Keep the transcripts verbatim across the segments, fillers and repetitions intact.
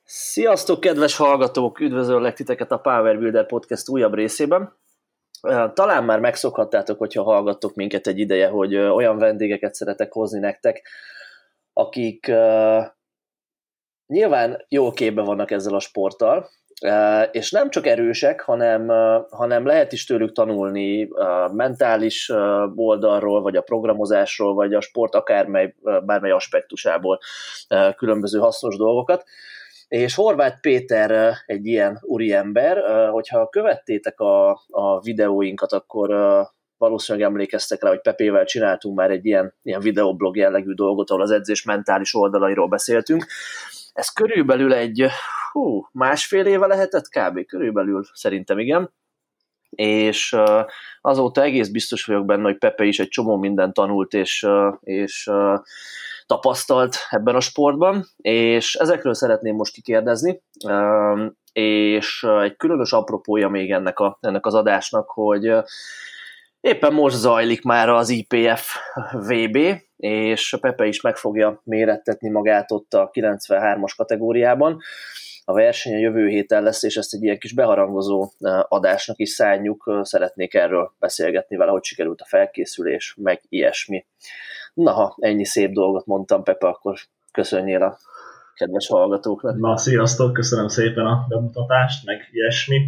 Sziasztok, kedves hallgatók! Üdvözöllek titeket a Power Builder Podcast újabb részében. Talán már megszokhattátok, hogyha hallgattok minket egy ideje, hogy olyan vendégeket szeretek hozni nektek, akik uh, nyilván jó képben vannak ezzel a sporttal, uh, és nem csak erősek, hanem, uh, hanem lehet is tőlük tanulni uh, mentális uh, oldalról, vagy a programozásról, vagy a sport akármely, uh, bármely aspektusából uh, különböző hasznos dolgokat. És Horváth Péter egy ilyen úriember, hogyha követtétek a, a videóinkat, akkor valószínűleg emlékeztek rá, hogy Pepével csináltunk már egy ilyen, ilyen videoblog jellegű dolgot, ahol az edzés mentális oldalairól beszéltünk. Ez körülbelül egy hú, másfél éve lehetett kb. Körülbelül szerintem igen. És azóta egész biztos vagyok benne, hogy Pepe is egy csomó mindent tanult, és, és tapasztalt ebben a sportban, és ezekről szeretném most kikérdezni, és egy különös apropója még ennek, a, ennek az adásnak, hogy éppen most zajlik már az i pé ef vé bé, és Pepe is meg fogja mérettetni magát ott a kilencvenhármas kategóriában. A verseny a jövő héten lesz, és ezt egy ilyen kis beharangozó adásnak is szánjuk. Szeretnék erről beszélgetni vele, hogy sikerült a felkészülés, meg ilyesmi. Na, ha ennyi szép dolgot mondtam, Pepe, akkor köszönjél a kedves hallgatóknak. Na, sziasztok, köszönöm szépen a bemutatást, meg ilyesmi.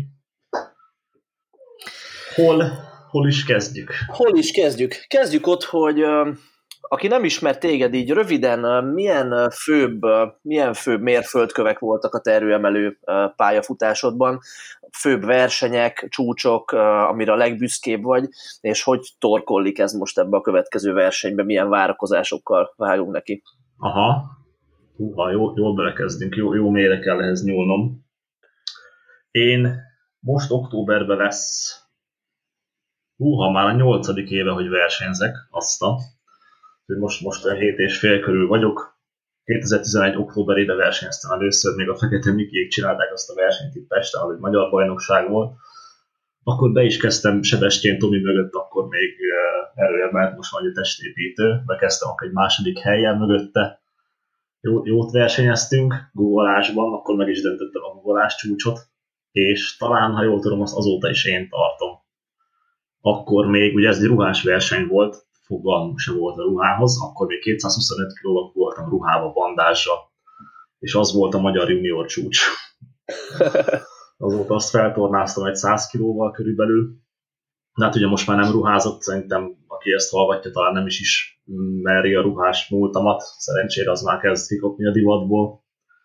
Hol, hol is kezdjük? Hol is kezdjük? Kezdjük ott, hogy aki nem ismer téged így röviden, milyen főbb, milyen főbb mérföldkövek voltak a te erőemelő pályafutásodban, főbb versenyek, csúcsok, amire a legbüszkébb vagy, és hogy torkollik ez most ebbe a következő versenybe, milyen várakozásokkal vágunk neki? Aha, húha, jó, jól belekezdünk, jó, jó mélyre kell ehhez nyúlnom. Én most októberben lesz, húha, már a nyolcadik éve, hogy versenyzek, azt a Most, most a hét és fél körül vagyok. kétezer-tizenegy októberében versenyeztem először, még a Fekete Mikiék csinálták azt a versenyt itt Pesten, az egy magyar bajnokság volt. Akkor be is kezdtem Sebestyén Tomi mögött, akkor még erőemelt, most van egy testépítő. Bekezdtem akkor egy második helyen mögötte. Jó, jót versenyeztünk guggolásban, akkor meg is döntöttem a guggolás csúcsot. És talán, ha jól tudom, azt azóta is én tartom. Akkor még, ugye ez egy ruhás verseny volt, fogalmam sem volt a ruhához, akkor még kétszázhuszonöt kilóval voltam ruhába, bandázsra, és az volt a magyar junior csúcs. Azóta azt feltornáztam egy száz kilóval körülbelül. De hát ugye most már nem ruházott, szerintem aki ezt hallgatja, talán nem is ismeri a ruhás múltamat, szerencsére az már kezd kikopni a divatból.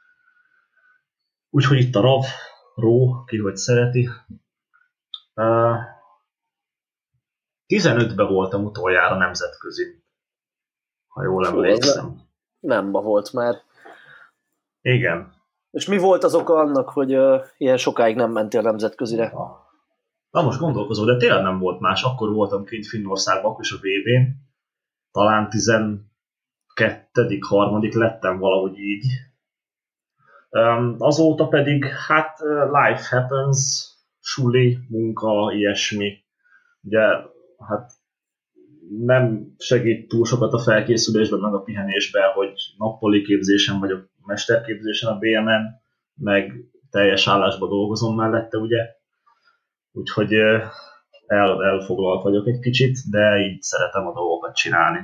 Úgyhogy itt a rav, ró, ki hogy szereti. Uh, tizenötben voltam utoljára nemzetközi, ha jól emlékszem. Nem ma volt már. Igen. És mi volt az oka annak, hogy uh, ilyen sokáig nem mentél nemzetközire? Na, Na most gondolkozom, de tényleg nem volt más. Akkor voltam kint Finnországban, akkor is a vé bén. Talán tizenkettedik, harmadik lettem valahogy így. Um, azóta pedig, hát life happens, suli, munka, ilyesmi. Ugye, hát nem segít túl sokat a felkészülésben, meg a pihenésben, hogy nappali képzésen vagyok, mesterképzésen a bé em en, meg teljes állásban dolgozom mellette, ugye. Úgyhogy el, elfoglalt vagyok egy kicsit, de így szeretem a dolgokat csinálni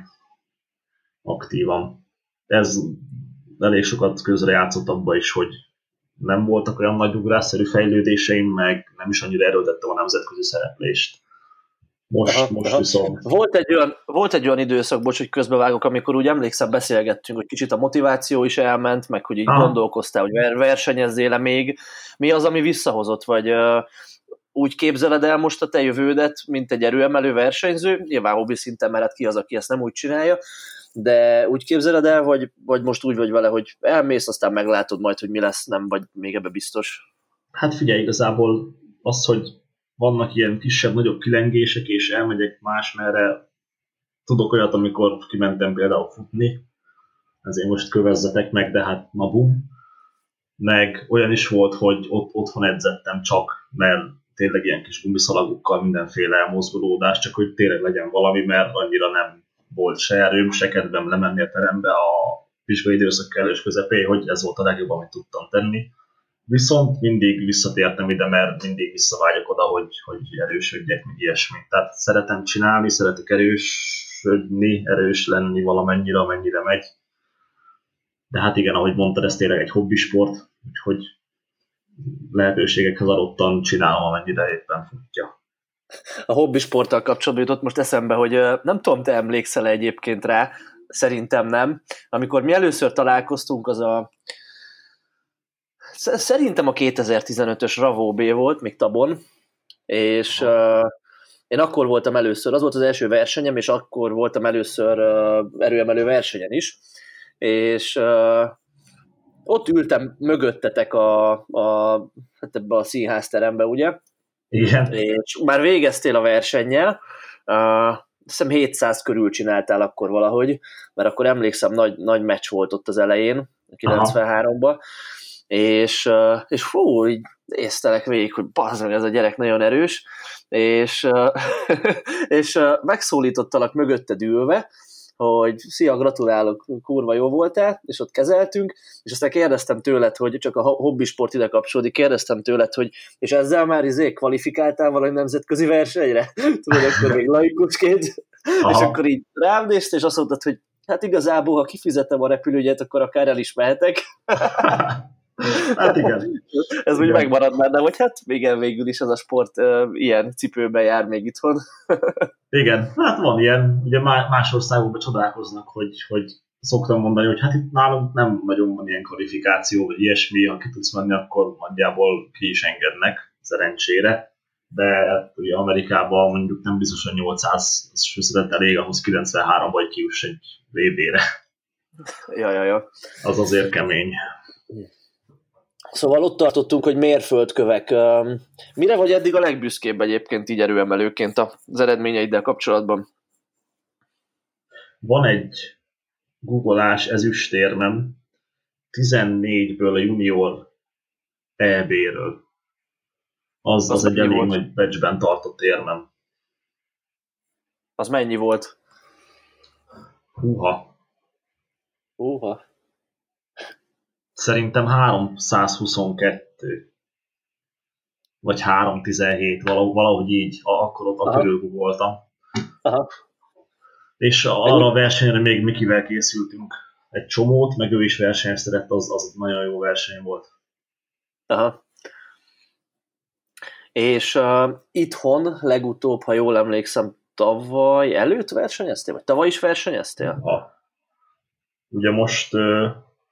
aktívan. Ez elég sokat közrejátszott abba is, hogy nem voltak olyan nagy ugrásszerű fejlődéseim, meg nem is annyira erőltettem a nemzetközi szereplést. Most, aha, most aha. viszont... Volt egy, olyan, volt egy olyan időszak, bocs, hogy közbevágok, amikor úgy emlékszem, beszélgettünk, hogy kicsit a motiváció is elment, meg hogy így aha. gondolkoztál, hogy versenyezzél-e még. Mi az, ami visszahozott? Vagy uh, úgy képzeled el most a te jövődet, mint egy erőemelő versenyző? Nyilván hobbi szinten, mert hát ki az, aki ezt nem úgy csinálja, de úgy képzeled el, vagy, vagy most úgy vagy vele, hogy elmész, aztán meglátod majd, hogy mi lesz, nem vagy még ebbe biztos? Hát figyelj, igazából az, hogy vannak ilyen kisebb-nagyobb kilengések, és elmegyek másmerre. Tudok olyat, amikor kimentem például futni, ezért most kövezzetek meg, de hát na bum. Meg olyan is volt, hogy ott, otthon edzettem csak, mert tényleg ilyen kis gumiszalagokkal mindenféle elmozgolódás, csak hogy tényleg legyen valami, mert annyira nem volt se erőm, se kedvem lemenni a terembe a vizsgai időszak kellős közepén, hogy ez volt a legjobb, amit tudtam tenni. Viszont mindig visszatértem ide, mert mindig visszavágyok oda, hogy, hogy erősödjek, meg ilyesmi. Tehát szeretem csinálni, szeretek erősödni, erős lenni valamennyire, amennyire megy. De hát igen, ahogy mondtad, ez tényleg egy hobbisport, úgyhogy lehetőségekhez adottan csinálom, amennyire éppen futja. A hobbisporttal kapcsolatban jutott most eszembe, hogy nem tudom, te emlékszel egyébként rá, szerintem nem. Amikor mi először találkoztunk, az a szerintem a kétezer-tizenötös Ravó B volt, még Tabon, és uh, én akkor voltam először, az volt az első versenyem, és akkor voltam először uh, erőemelő versenyen is, és uh, ott ültem mögöttetek a, a, hát ebbe a színházterembe, ugye? Igen. És már végeztél a versennyel, uh, hiszem hétszáz körül csináltál akkor valahogy, mert akkor emlékszem, nagy, nagy meccs volt ott az elején, kilencvenháromban, és, és fú, így néztelek végig, hogy bazd meg, ez a gyerek nagyon erős, és, és megszólítottalak mögötted ülve, hogy szia, gratulálok, kurva jó voltál, és ott kezeltünk, és aztán kérdeztem tőled, hogy csak a hobbisport ide kapcsolódik, kérdeztem tőled, hogy és ezzel már izé kvalifikáltál valami nemzetközi versenyre? Tudod, akkor még laikusként, és akkor így rám nézte, és azt mondtad, hogy hát igazából, ha kifizetem a repülőjegyet, akkor akár el is mehetek. Hát igen. Ez úgy megmarad már, de hogy hát igen, végül is ez a sport uh, ilyen cipőben jár még itthon. Igen, hát van ilyen, ugye más országokban csodálkoznak, hogy, hogy szoktam mondani, hogy hát itt nálunk nem nagyon van ilyen kvalifikáció, vagy ilyesmi, ha ki tudsz menni, akkor nagyjából ki is engednek, szerencsére. De ugye Amerikában mondjuk nem biztos, hogy nyolcszáz főszedett elég, ahhoz kilencvenhárom vagy kiuss egy vé bé-re. Ja, ja, ja. Az azért kemény. Szóval ott tartottunk, hogy mérföldkövek. Mire vagy eddig a legbüszkébb egyébként így erőemelőként az eredményeiddel kapcsolatban? Van egy googolás ezüstérmem tizennégyből a junior é bé-ről. Az, az, az egy elég volt? Nagy becsben tartott érmem. Az mennyi volt? Húha. Húha. Szerintem háromszázhuszonkettő. Vagy háromszáztizenhét, valahogy, valahogy így, akkor ott a körül voltam. Aha. És arra a versenyre még Mikivel készültünk egy csomót, meg ő is versenyeztetett, az, az nagyon jó verseny volt. Aha. És uh, itthon legutóbb, ha jól emlékszem, tavaly előtt versenyeztél? Vagy tavaly is versenyeztél? Ha. Ugye most uh,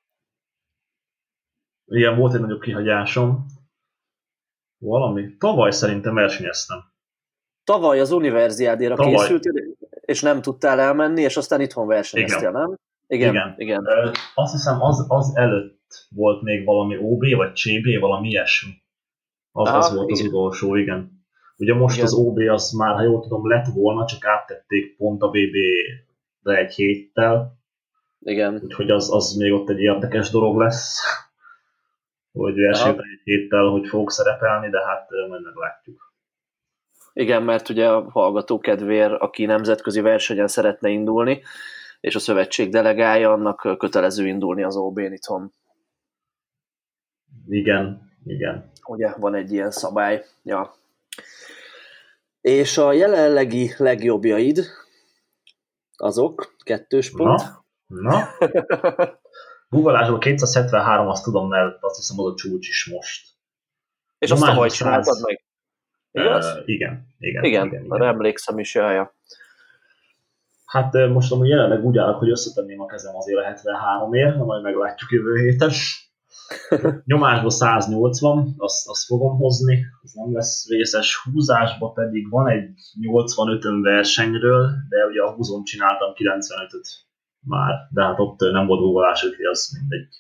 ilyen volt egy nagyobb kihagyásom. Valami? Tavaly szerintem versenyeztem. Tavaly az Universiádéra készültél, és nem tudtál elmenni, és aztán itthon versenyeztél, igen. Nem? Igen. Igen. Igen. Uh, azt hiszem az, az előtt volt még valami ó bé, vagy cé bé, valami ilyesmi. Az, Aha, az volt igen. Az utolsó, igen. Ugye most igen. Az ó bé az már, ha jól tudom, lett volna, csak áttették pont a vé bé-re egy héttel. Igen. Úgyhogy az, az még ott egy érdekes dolog lesz, hogy versenyben egy héttel, hogy fogok szerepelni, de hát majd meglátjuk. Igen, mert ugye a hallgató kedvéért, aki nemzetközi versenyen szeretne indulni, és a szövetség delegálja, annak kötelező indulni az ó bén itthon. Igen, igen. Ugye van egy ilyen szabály. Ja. És a jelenlegi legjobbjaid, azok, kettős pont. Na, na. Googleásból kétszázhetvenhárom, azt tudom, mert azt hiszem, az a csúcs is most. És azt tavaly csináltad meg? Igaz? Uh, igen, igen. Igen, igen, igen. emlékszem is, jaj. Hát most amúgy jelenleg úgy állok, hogy összetenném a kezem azért a hetvenháromért, de majd meglátjuk jövő héten. Nyomásban száznyolcvan, azt, azt fogom hozni, ez nem lesz vészes. Húzásban pedig van egy nyolcvanötön versenyről, de ugye a húzón csináltam kilencvenötöt már, de hát ott nem volt rúgolás, úgyhogy az mindegy.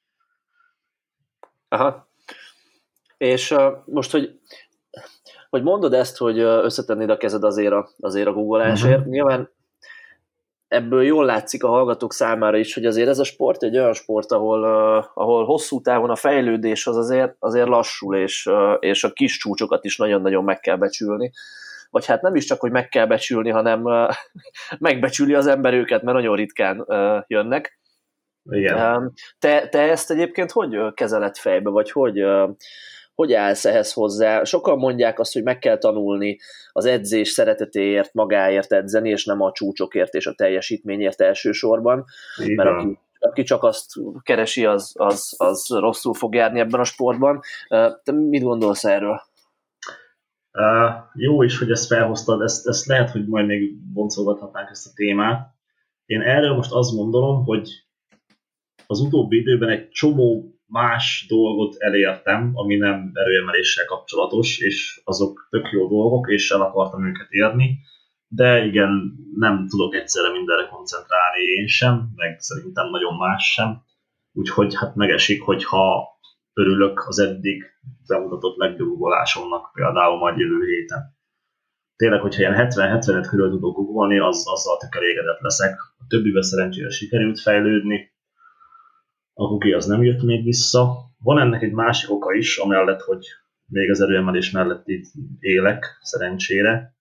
Aha. És uh, most, hogy, hogy mondod ezt, hogy összetennéd a kezed azért a, azért a googolásért, uh-huh. Nyilván ebből jól látszik a hallgatók számára is, hogy azért ez a sport egy olyan sport, ahol, uh, ahol hosszú távon a fejlődés az azért, azért lassul, és, uh, és a kis csúcsokat is nagyon-nagyon meg kell becsülni. Vagy hát nem is csak, hogy meg kell becsülni, hanem uh, megbecsüli az ember őket, mert nagyon ritkán uh, jönnek. Igen. Te, te ezt egyébként hogy kezeled fejbe, vagy hogy, hogy állsz ehhez hozzá? Sokan mondják azt, hogy meg kell tanulni az edzés szeretetéért, magáért edzeni, és nem a csúcsokért és a teljesítményért elsősorban, Igen. mert aki, aki csak azt keresi, az, az, az rosszul fog járni ebben a sportban. Te mit gondolsz erről? Uh, jó is, hogy ezt felhoztad, ezt, ezt lehet, hogy majd még boncolgathatnánk ezt a témát. Én erről most azt mondom, hogy az utóbbi időben egy csomó más dolgot elértem, ami nem erőemeléssel kapcsolatos, és azok tök jó dolgok, és el akartam őket érni, de igen, nem tudok egyszerre mindenre koncentrálni én sem, meg szerintem nagyon más sem, úgyhogy hát megesik, hogyha örülök az eddig bemutatott legjobbulásomnak, például majd jövő héten. Tényleg, hogyha ilyen hetven-hetvenöt körül tudok ugolni, az, azzal tök elégedett leszek. A többivel szerencsére sikerült fejlődni, a kuki az nem jött még vissza. Van ennek egy másik oka is, amellett, hogy még az erőemelés mellett itt élek, szerencsére.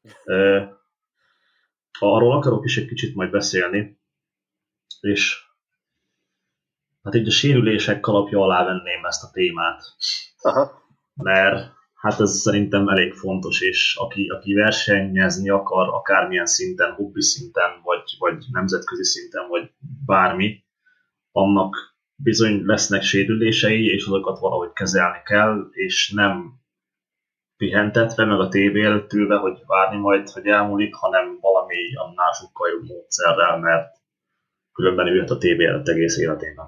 Arról akarok is egy kicsit majd beszélni, és hát így a sérülések kalapja alá venném ezt a témát. Aha. Mert hát ez szerintem elég fontos, és aki, aki versenyezni akar akármilyen szinten, hobbi szinten, vagy, vagy nemzetközi szinten, vagy bármi, annak bizony lesznek sérülései, és azokat valahogy kezelni kell, és nem pihentetve, meg a tévé előtt ülve, hogy várni majd, hogy elmúlik, hanem valami annál sokkal jobb módszerrel, mert különben ülhet a tévé előtt egész életében.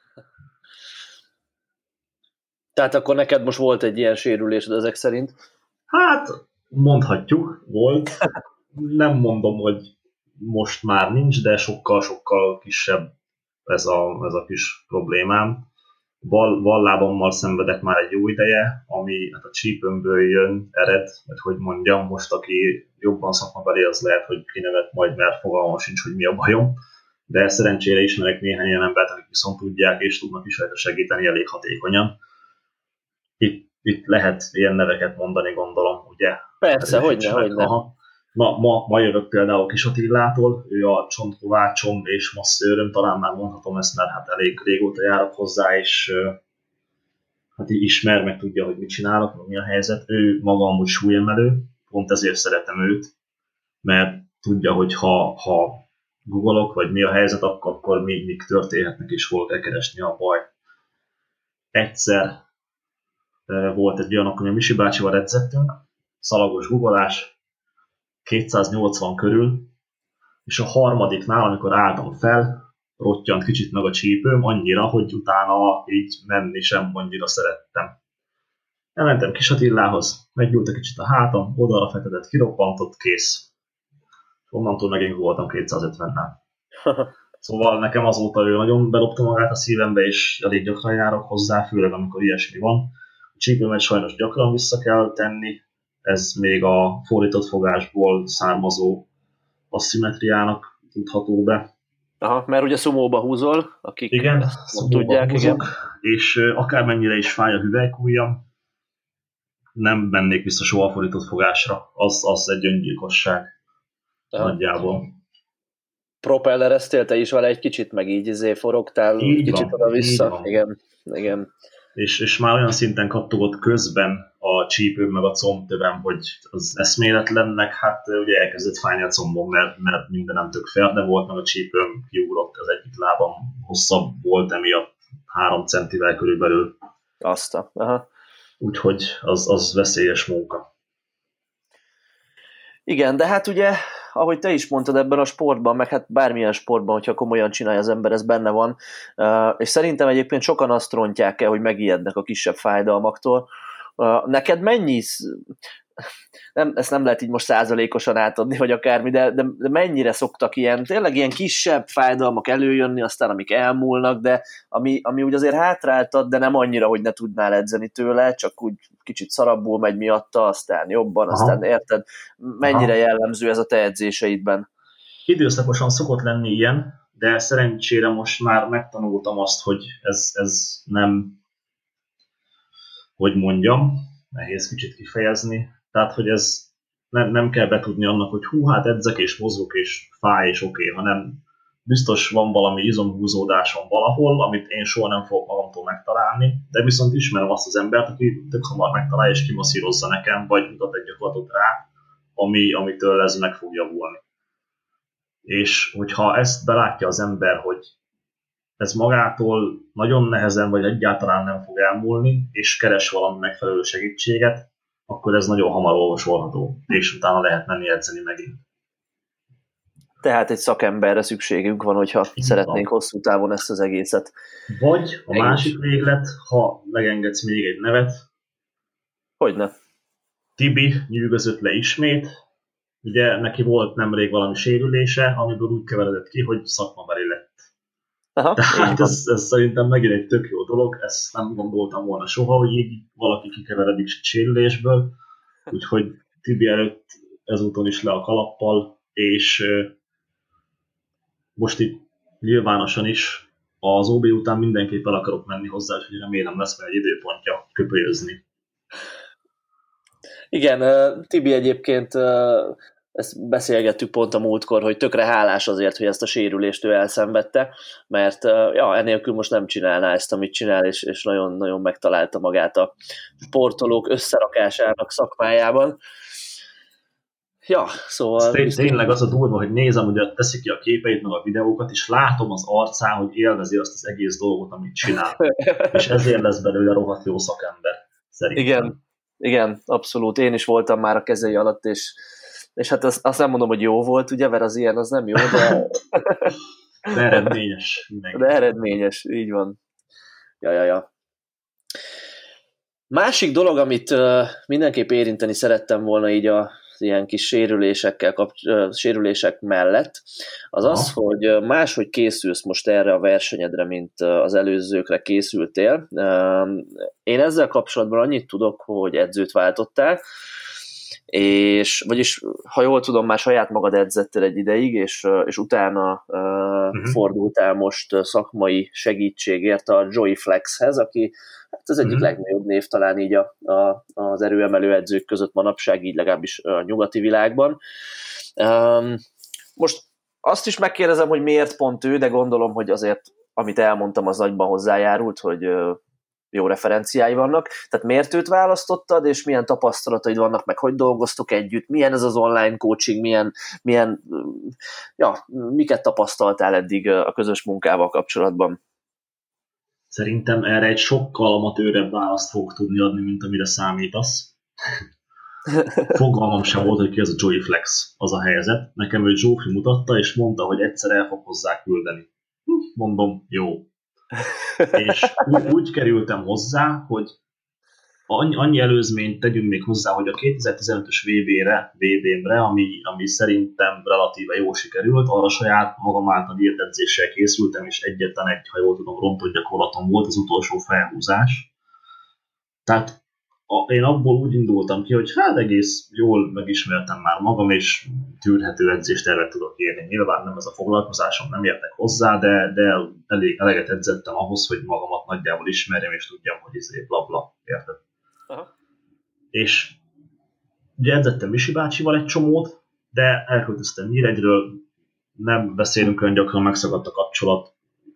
Tehát akkor neked most volt egy ilyen sérülésed ezek szerint? Hát, mondhatjuk, volt. Nem mondom, hogy most már nincs, de sokkal-sokkal kisebb ez a, ez a kis problémám. Bal, bal lábammal szenvedek már egy jó ideje, ami hát a csípőmből jön, ered, vagy hogy mondjam, most aki jobban szakmabeli, az lehet, hogy kinevet majd, mert fogalmam sincs, hogy mi a bajom. De szerencsére ismerek néhány ilyen embert, akik viszont tudják, és tudnak is rajta segíteni elég hatékonyan. Itt, itt lehet ilyen neveket mondani, gondolom, ugye? Persze, hogyne, hogyne. Ma, ma, ma jövök például Kis Attillától, ő a csontkovácsom és masszőröm, talán már mondhatom ezt, mert hát elég régóta járok hozzá, és hát így ismer, meg tudja, hogy mit csinálok, mi a helyzet. Ő maga amúgy súlyemelő, pont ezért szeretem őt, mert tudja, hogy ha, ha googolok, vagy mi a helyzet, akkor, akkor mi, mik történhetnek, és hol kell keresni a baj. Egyszer volt egy olyan, akkor mi Misi bácsival edzettünk, szalagos googolás, kétszáznyolcvan körül, és a harmadiknál, amikor álltam fel, rottyant kicsit meg a csípőm, annyira, hogy utána így menni sem annyira szerettem. Elmentem Kis Attilához, meggyújt egy kicsit a hátam, oldalra fektetett, kiroppantott, kész. Onnantól megint voltam kétszázötvennel. Szóval nekem azóta ő nagyon belopta magát a szívembe, és elég gyakran járok hozzá, főleg amikor ilyesmi van. A csípőmet sajnos gyakran vissza kell tenni, ez még a fordított fogásból származó aszimmetriának tudható be. Aha, mert ugye szumóba húzol, akik igen, tudják, húzok, igen. És akármennyire is fáj a hüvelykujjam, nem mennék vissza soha a fordított fogásra. Az, az egy öngyilkosság. Aha. Nagyjából. Propellereztél te is vele egy kicsit, meg így izé forogtál így kicsit oda-vissza. Igen, igen. És, és már olyan szinten kattogott közben a csípőm meg a combtövem, hogy az eszméletlennek, hát ugye elkezdett fájni a combom, mert, mert mindenem tök fel, de volt meg a csípőm kiugrott, az egyik lábam hosszabb volt emiatt három centivel körülbelül. Azt a, aha. Úgyhogy az, az veszélyes munka. Igen, de hát ugye, ahogy te is mondtad ebben a sportban, meg hát bármilyen sportban, hogyha komolyan csinálja az ember, ez benne van, és szerintem egyébként sokan azt rontják el, hogy megijednek a kisebb fájdalmaktól. Neked mennyi, nem, ezt nem lehet így most százalékosan átadni, vagy akármi, de, de, de mennyire szoktak ilyen, tényleg ilyen kisebb fájdalmak előjönni, aztán amik elmúlnak, de ami, ami úgy azért hátráltad, de nem annyira, hogy ne tudnál edzeni tőle, csak úgy kicsit szarabbul megy miatta, aztán jobban, Aha. aztán érted, mennyire Aha. jellemző ez a te edzéseidben? Időszakosan szokott lenni ilyen, de szerencsére most már megtanultam azt, hogy ez, ez nem, hogy mondjam, nehéz kicsit kifejezni, tehát, hogy ez nem, nem kell betudni annak, hogy hú, hát edzek és mozgok és fáj és oké, okay, hanem biztos van valami izomhúzódásom valahol, amit én soha nem fogok magamtól megtalálni, de viszont ismerem azt az embert, aki tök hamar megtalálja és kimasszírozza nekem, vagy mutat egy gyakorlatot rá, ami, amitől ez meg fog javulni. És hogyha ezt belátja az ember, hogy ez magától nagyon nehezen, vagy egyáltalán nem fog elmúlni, és keres valami megfelelő segítséget, akkor ez nagyon hamar olvasolható, és utána lehet menni edzeni megint. Tehát egy szakemberre szükségünk van, hogyha Így szeretnénk van. Hosszú távon ezt az egészet. Vagy a másik véglet, ha megengedsz még egy nevet. Hogyne? Tibi nyűgözött le ismét. Ugye neki volt nemrég valami sérülése, amiből úgy keveredett ki, hogy szakmabeli lett. Aha, Tehát ez, ez szerintem megint egy tök jó dolog, ezt nem gondoltam volna soha, hogy így valaki kikeveredik sérülésből. Úgyhogy Tibi előtt ezúton is le a kalappal, és most itt nyilvánosan is az ó bé után mindenképp el akarok menni hozzá, hogy remélem lesz meg egy időpontja köpölyezni. Igen, Tibi egyébként, ezt beszélgettük pont a múltkor, hogy tökre hálás azért, hogy ezt a sérülést ő elszenvedte, mert ja, enélkül most nem csinálná ezt, amit csinál, és, és nagyon, nagyon megtalálta magát a sportolók összerakásának szakmájában. Ja, szóval... Tény, tényleg az a durva, hogy nézem, hogy teszik ki a képeit, meg a videókat, és látom az arcán, hogy élvezi azt az egész dolgot, amit csinál. És ezért lesz belőle rohadt jó szakember, szerintem. Igen, igen, abszolút. Én is voltam már a kezei alatt, és, és hát azt, azt nem mondom, hogy jó volt, ugye, mert az ilyen az nem jó, de... de eredményes. Mindenki. De eredményes, így van. Ja, ja, ja. Másik dolog, amit uh, mindenképp érinteni szerettem volna így a ilyen kis sérülésekkel kapcs- sérülések mellett, az Aha. az, hogy máshogy készülsz most erre a versenyedre, mint az előzőkre készültél. Én ezzel kapcsolatban annyit tudok, hogy edzőt váltottál, és vagyis, ha jól tudom, már saját magad edzettél egy ideig, és, és utána uh-huh. fordultál most szakmai segítségért a Joyflexhez, aki hát az egyik uh-huh. legnagyobb név talán így a, a, az erőemelő edzők között manapság, így legalábbis a nyugati világban. Um, most azt is megkérdezem, hogy miért pont ő, de gondolom, hogy azért, amit elmondtam, az nagyban hozzájárult, hogy uh, jó referenciái vannak. Tehát miért őt választottad, és milyen tapasztalataid vannak, meg hogy dolgoztok együtt, milyen ez az online coaching, milyen, milyen ja, miket tapasztaltál eddig a közös munkával kapcsolatban? Szerintem erre egy sokkal amatőrebb választ fogok tudni adni, mint amire számítasz. Fogalmam sem volt, hogy ki az a Joyflex, az a helyzet. Nekem ő Zsófi mutatta, és mondta, hogy egyszer el fog hozzá küldeni. Mondom, jó. És úgy, úgy kerültem hozzá, hogy annyi, annyi előzményt tegyünk még hozzá, hogy a kétezer-tizenötös vé bé-re, vé bé-mre, ami, ami szerintem relatíve jól sikerült, arra saját magam által írt edzéssel készültem, és egyetlen egy, ha jól tudom, rontott gyakorlatom volt, az utolsó felhúzás. Tehát a, én abból úgy indultam ki, hogy hát egész jól megismertem már magam, és tűrhető edzéstervet tudok írni. Nyilván nem ez a foglalkozásom, nem értek hozzá, de, de elég eleget edzettem ahhoz, hogy magamat nagyjából ismerjem, és tudjam, hogy izé blabla, érted? Aha. És ugye edzettem Misi bácsival egy csomót, de elköltöztem Nyíregyről, nem beszélünk olyan gyakran, megszakadt a kapcsolat.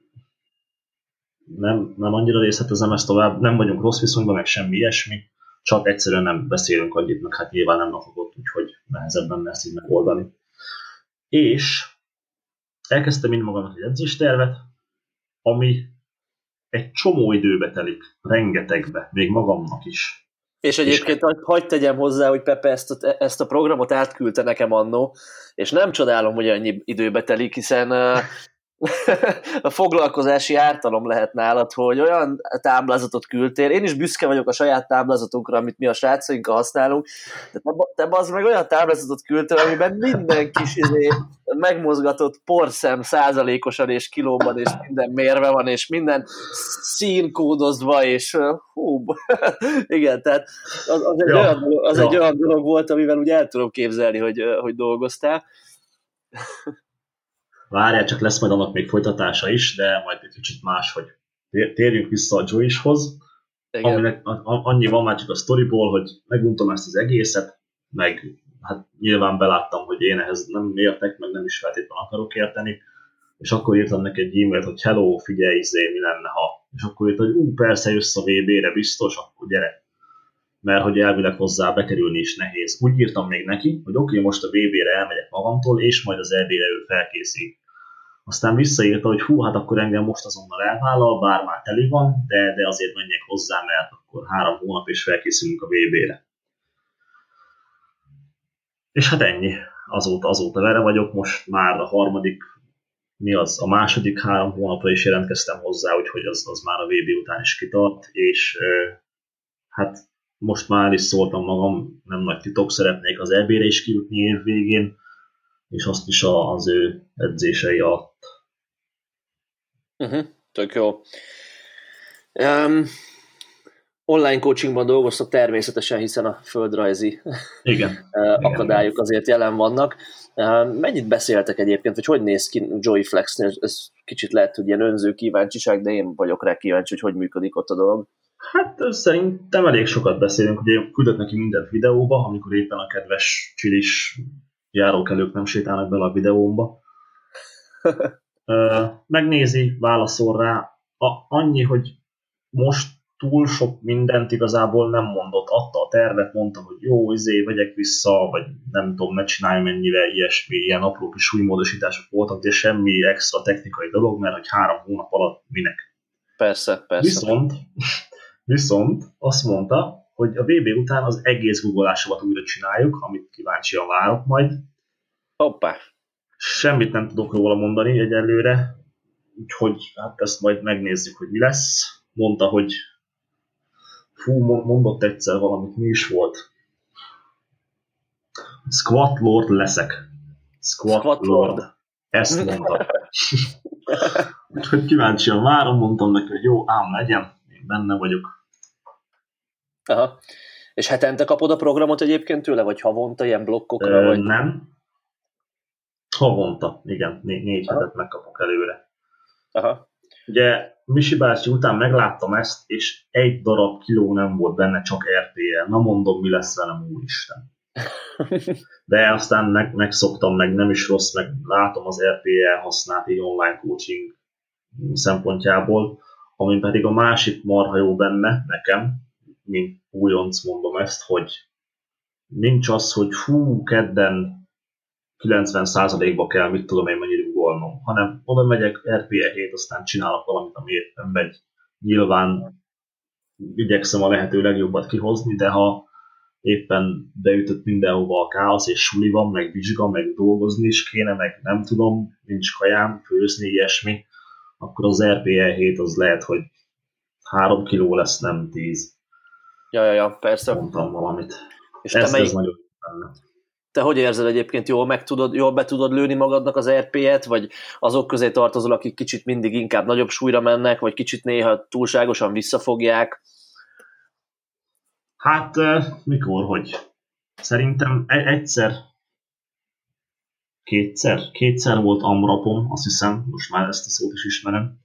Nem, nem annyira részletezem ezt tovább, nem vagyunk rossz viszonyban, meg semmi ilyesmi, csak egyszerűen nem beszélünk annyit, meg hát nyilván nem napokott, úgyhogy nehezebben lesz így megoldani. És elkezdtem mind magamnak egy edzéstervet, ami egy csomó időbe telik, rengetegbe, még magamnak is. És egyébként és... hagyd tegyem hozzá, hogy Pepe ezt a, ezt a programot átküldte nekem annó, és nem csodálom, hogy annyi időbe telik, hiszen uh, a foglalkozási ártalom lehet nálad, hogy olyan táblázatot küldtél. Én is büszke vagyok a saját táblázatunkra, amit mi a srácainkkal használunk, de te, te az meg olyan táblázatot küldtél, amiben minden kis izé, megmozgatott porszem százalékosan és kilóban, és minden mérve van, és minden színkódozva, és hú, igen, tehát az, az, egy, ja, olyan, dolog, az ja. egy olyan dolog volt, amivel úgy el tudom képzelni, hogy, hogy dolgoztál. Várjál, csak lesz majd annak még folytatása is, de majd egy kicsit máshogy. Térjünk vissza a Joyishoz, aminek annyi van már csak a sztoriból, hogy meguntam ezt az egészet, meg hát nyilván beláttam, hogy én ehhez nem értek, meg nem is feltétlenül akarok érteni, és akkor írtam neki egy e-mailt, hogy hello, figyelj, izé, mi lenne, ha. És akkor írtam, hogy ú, persze, jössz a vé bére, biztos, akkor gyere. Mert hogy elvileg hozzá bekerülni is nehéz. Úgy írtam még neki, hogy oké, okay, most a vé bére elmegyek magamtól, és majd az é bé-re ő felkészít. Aztán visszaírta, hogy hú, hát akkor engem most azonnal elvállal, bár már teli van, de, de azért menjek hozzá, mert akkor három hónap és felkészülünk a vé bére. És hát ennyi. Azóta, azóta vele vagyok, most már a harmadik, mi az, a második három hónapra is jelentkeztem hozzá, úgyhogy az, az már a vé bé után is kitart, és hát most már is szóltam magam, nem nagy titok, szeretnék az é bére is kijutni év végén, és azt is az ő edzései alatt. Uh-huh, tök jó. Um, online coachingban dolgoztok természetesen, hiszen a földrajzi igen, akadályok igen. azért jelen vannak. Mennyit beszéltek egyébként, vagy hogy néz ki Joey Flexnél? Ez kicsit lehet, hogy ilyen önző kíváncsiság, de én vagyok rá kíváncsi, hogy hogy működik ott a dolog. Hát szerintem elég sokat beszélünk, ugye küldött neki mindent videóba, amikor éppen a kedves csilis járókelők nem sétálnak bele a videómba. Megnézi, válaszol rá. A, annyi, hogy most túl sok mindent igazából nem mondott. Adta a tervet, mondtam, hogy jó, izé, vegyek vissza, vagy nem tudom, ne csinálj mennyivel ilyesmi, ilyen apró kis súlymódosítások voltak, de semmi extra technikai dolog, mert hogy három hónap alatt minek. Persze, persze. Viszont, viszont azt mondta, hogy a vé bé után az egész googleásomat újra csináljuk, amit kíváncsian várok majd. Hoppá. Semmit nem tudok róla mondani egyelőre, úgyhogy hát ezt majd megnézzük, hogy mi lesz. Mondta, hogy fú, mondott egyszer valamit, mi is volt. Squat Lord leszek. Squat, Squat Lord. Lord. Ezt mondta. Úgyhogy kíváncsian várom, mondtam neki, hogy jó, ám legyen, én benne vagyok. Aha. És hetente kapod a programot egyébként tőle, vagy havonta ilyen blokkokra? Ö, vagy... Nem. Havonta, igen, né- négy Aha. hetet megkapok előre. Aha. Ugye Misi bácsi után megláttam ezt, és egy darab kiló nem volt benne, csak er pé el. Na mondom, mi lesz velem, úristen. De aztán meg, megszoktam, meg nem is rossz, meg látom az er pé el használt így online coaching szempontjából, ami pedig a másik marha jó benne nekem, mint újonc mondom ezt, hogy nincs az, hogy hú, kedden kilencven százalékba kell, mit tudom én mennyire ugolnom, hanem oda megyek er pé el hét, aztán csinálok valamit, ami éppen megy. Nyilván igyekszem a lehető legjobbat kihozni, de ha éppen beütött mindenhova a káosz, és suli van, meg vizsga, meg dolgozni is kéne, meg nem tudom, nincs kajám, főzni, ilyesmi, akkor az er pé el hét az lehet, hogy három kiló lesz, nem tíz. Ja, ja, ja, persze. Mondtam valamit. És ez, melyik... ez nagyon benne. Te hogy érzed egyébként, jól, meg tudod, jól be tudod lőni magadnak az er pé et, vagy azok közé tartozol, akik kicsit mindig inkább nagyobb súlyra mennek, vagy kicsit néha túlságosan visszafogják? Hát, mikor, hogy? Szerintem egyszer, kétszer, kétszer volt amrapom, azt hiszem, most már ezt a szót is ismerem.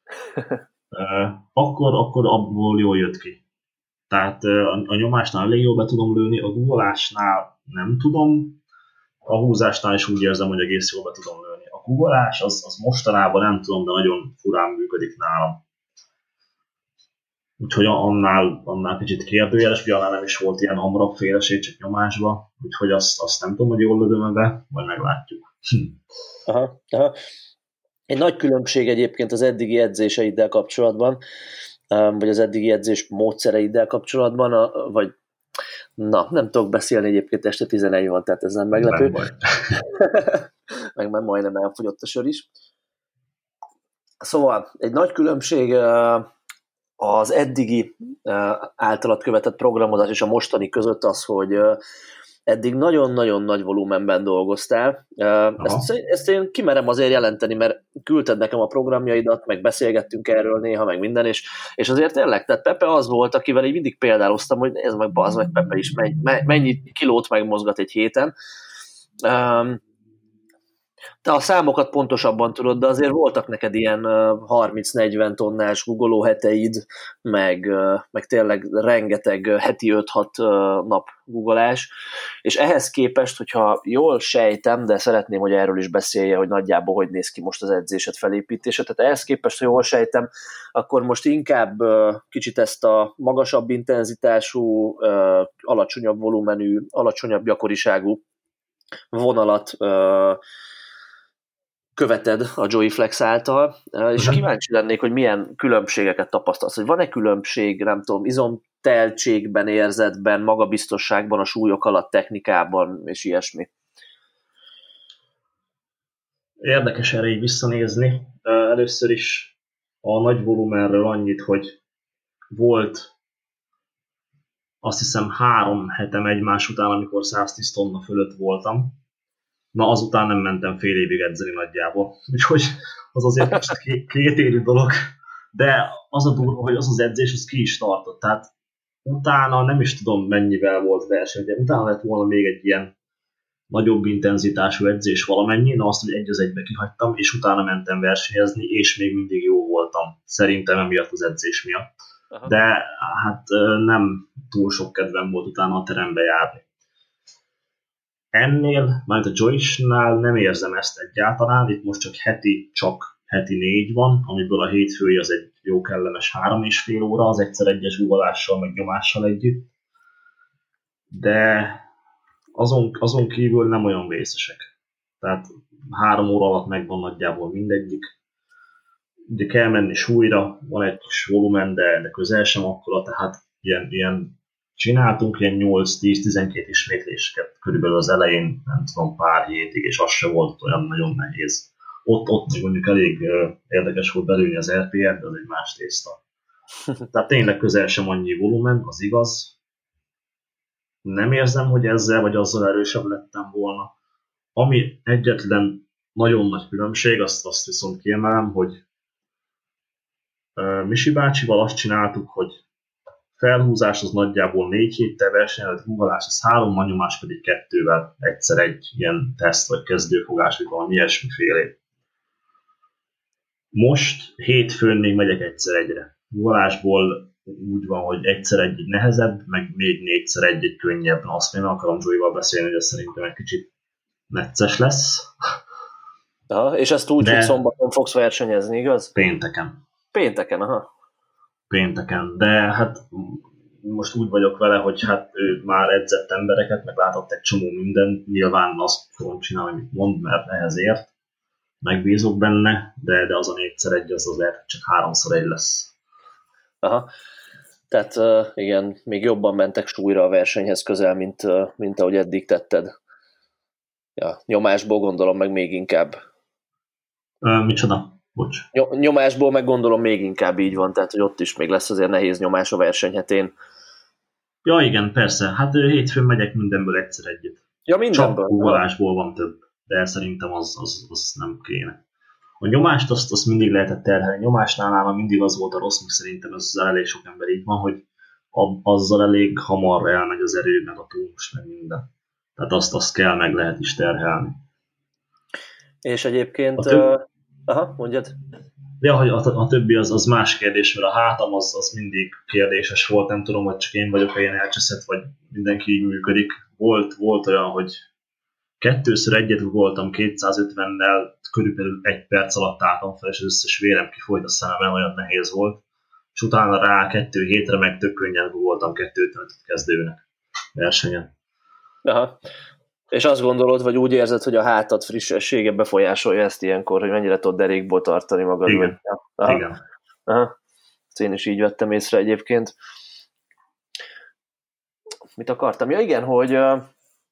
akkor, akkor abból jól jött ki. Tehát a nyomásnál elég jól be tudom lőni, a guggolásnál nem tudom, a húzásnál is úgy érzem, hogy egész jól be tudom lőni. A guggolás az, az mostanában nem tudom, de nagyon furán működik nálam. Úgyhogy annál, annál kicsit kérdőjeles, ugye annál nem is volt ilyen amrap féleség, csak nyomásba, úgyhogy azt, azt nem tudom, hogy jól lövöm be, majd meglátjuk. Aha, aha. Egy nagy különbség egyébként az eddigi edzéseiddel kapcsolatban, vagy az eddigi edzés módszereiddel kapcsolatban, vagy na, nem tudok beszélni egyébként, este tizenegy van, tehát ez nem meglepő. Nem baj. Meg már majdnem elfogyott a sör is. Szóval egy nagy különbség az eddigi általad követett programozás és a mostani között az, hogy eddig nagyon-nagyon nagy volumenben dolgoztál. Ezt, ezt én kimerem azért jelenteni, mert küldted nekem a programjaidat, meg beszélgettünk erről néha, meg minden, és, és azért tényleg, tehát Pepe az volt, akivel így mindig példáloztam, hogy ez meg bazd meg Pepe is, mennyi, mennyi kilót megmozgat egy héten. Te a számokat pontosabban tudod, de azért voltak neked ilyen harminc-negyven tonnás guggoló heteid, meg, meg tényleg rengeteg heti öt-hat nap guggolás, és ehhez képest, hogyha jól sejtem, de szeretném, hogy erről is beszélje, hogy nagyjából hogy néz ki most az edzésed felépítése, tehát ehhez képest, ha jól sejtem, akkor most inkább kicsit ezt a magasabb intenzitású, alacsonyabb volumenű, alacsonyabb gyakoriságú vonalat követed a Joyflex által, és uh-huh. kíváncsi lennék, hogy milyen különbségeket tapasztalsz, hogy van-e különbség, nem tudom, izomteltségben, érzetben, magabiztosságban, a súlyok alatt, technikában, és ilyesmi. Érdekes erre így visszanézni. Először is a nagy volumenről annyit, hogy volt azt hiszem három hetem egymás után, amikor száztíz tonna fölött voltam. Na, azután nem mentem fél évig edzeni nagyjából. Úgyhogy az azért két, két élő dolog. De az a durva, hogy az az edzés, az ki is tartott. Tehát utána nem is tudom, mennyivel volt verseny. De utána lett volna még egy ilyen nagyobb intenzitású edzés valamennyi, na azt, hogy egy az egybe kihagytam, és utána mentem versenyezni, és még mindig jó voltam. Szerintem emiatt az edzés miatt. Aha. De hát nem túl sok kedvem volt utána a terembe járni. Ennél, majd a Joyce-nál nem érzem ezt egyáltalán, itt most csak heti, csak heti négy van, amiből a hétfői az egy jó kellemes három és fél óra, az egyszer egyes guggolással, meg nyomással együtt. De azon, azon kívül nem olyan vészesek. Tehát három óra alatt megvan nagyjából mindegyik. Ugye kell menni súlyra, van egy kis volumen, de, de közel sem akkora, tehát ilyen, ilyen csináltunk ilyen nyolc-tíz-tizenkét ismétléseket körülbelül az elején, nem tudom, pár hétig, és az se volt olyan nagyon nehéz. Ott, ott még mondjuk elég uh, érdekes volt belülni az er pé er, de az egy más tészta. Tehát tényleg közel sem annyi volumen, az igaz. Nem érzem, hogy ezzel vagy azzal erősebb lettem volna. Ami egyetlen nagyon nagy különbség, azt, azt viszont kiemelem, hogy uh, Misi bácsival azt csináltuk, hogy felhúzás az nagyjából négy héttel verseny, a guggolás az hárommal, nyomás pedig kettővel, egyszer egy ilyen teszt vagy kezdőfogás, vagy valami ilyesmifélé. Most hétfőn még megyek egyszer egyre. Guggolásból úgy van, hogy egyszer egy nehezebb, meg még négyszer egy egy könnyebb. Na, azt még nem akarom Joey-val beszélni, hogy ez szerintem egy kicsit necces lesz. Aha, és ezt úgy, De... hogy szombaton fogsz versenyezni, igaz? Pénteken. Pénteken, aha. Pénteken, de hát most úgy vagyok vele, hogy hát ő már edzett embereket, meg látott egy csomó mindent, nyilván azt fogom csinálni, amit mond, mert ehhez ért, megbízok benne, de, de az a négyszer egy az azért csak háromszor egy lesz. Aha, tehát uh, igen, még jobban mentek súlyra a versenyhez közel, mint, uh, mint ahogy eddig tetted. Ja, nyomásból gondolom meg még inkább. Uh, micsoda? Bocs. Nyomásból meg gondolom még inkább így van, tehát hogy ott is még lesz azért nehéz nyomás a versenyhetén. Ja igen, persze, hát hétfőn megyek mindenből egyszer egyet. Ja, mindenből. Csak guggolásból van több, de szerintem az, az, az nem kéne. A nyomást azt, azt mindig lehetett terhelni. A nyomásnál nálam mindig az volt a rossz, még szerintem ezzel elég sok ember így van, hogy azzal elég hamar elmegy az erő, meg a tónus, meg minden. Tehát azt, azt kell, meg lehet is terhelni. És egyébként... Több... Aha, mondjad. Ja, hogy a, a többi az, az más kérdés, mert a hátam az, az mindig kérdéses volt, nem tudom, hogy csak én vagyok ilyen elcseszett, vagy mindenki így működik. Volt, volt olyan, hogy kettőször egyet voltam kétszázötvennel, körülbelül egy perc alatt álltam fel, és az összes vérem kifolyt a szememben, olyan nehéz volt. És utána rá kettő hétre meg tök könnyen voltam kettőtlenötöt kezdőnek versenyen. Aha. És azt gondolod, vagy úgy érzed, hogy a hátad frissessége befolyásolja ezt ilyenkor, hogy mennyire tudod derékból tartani magad? Igen. Aha. Igen. Aha. Én is így vettem észre egyébként. Mit akartam? Ja igen, hogy uh,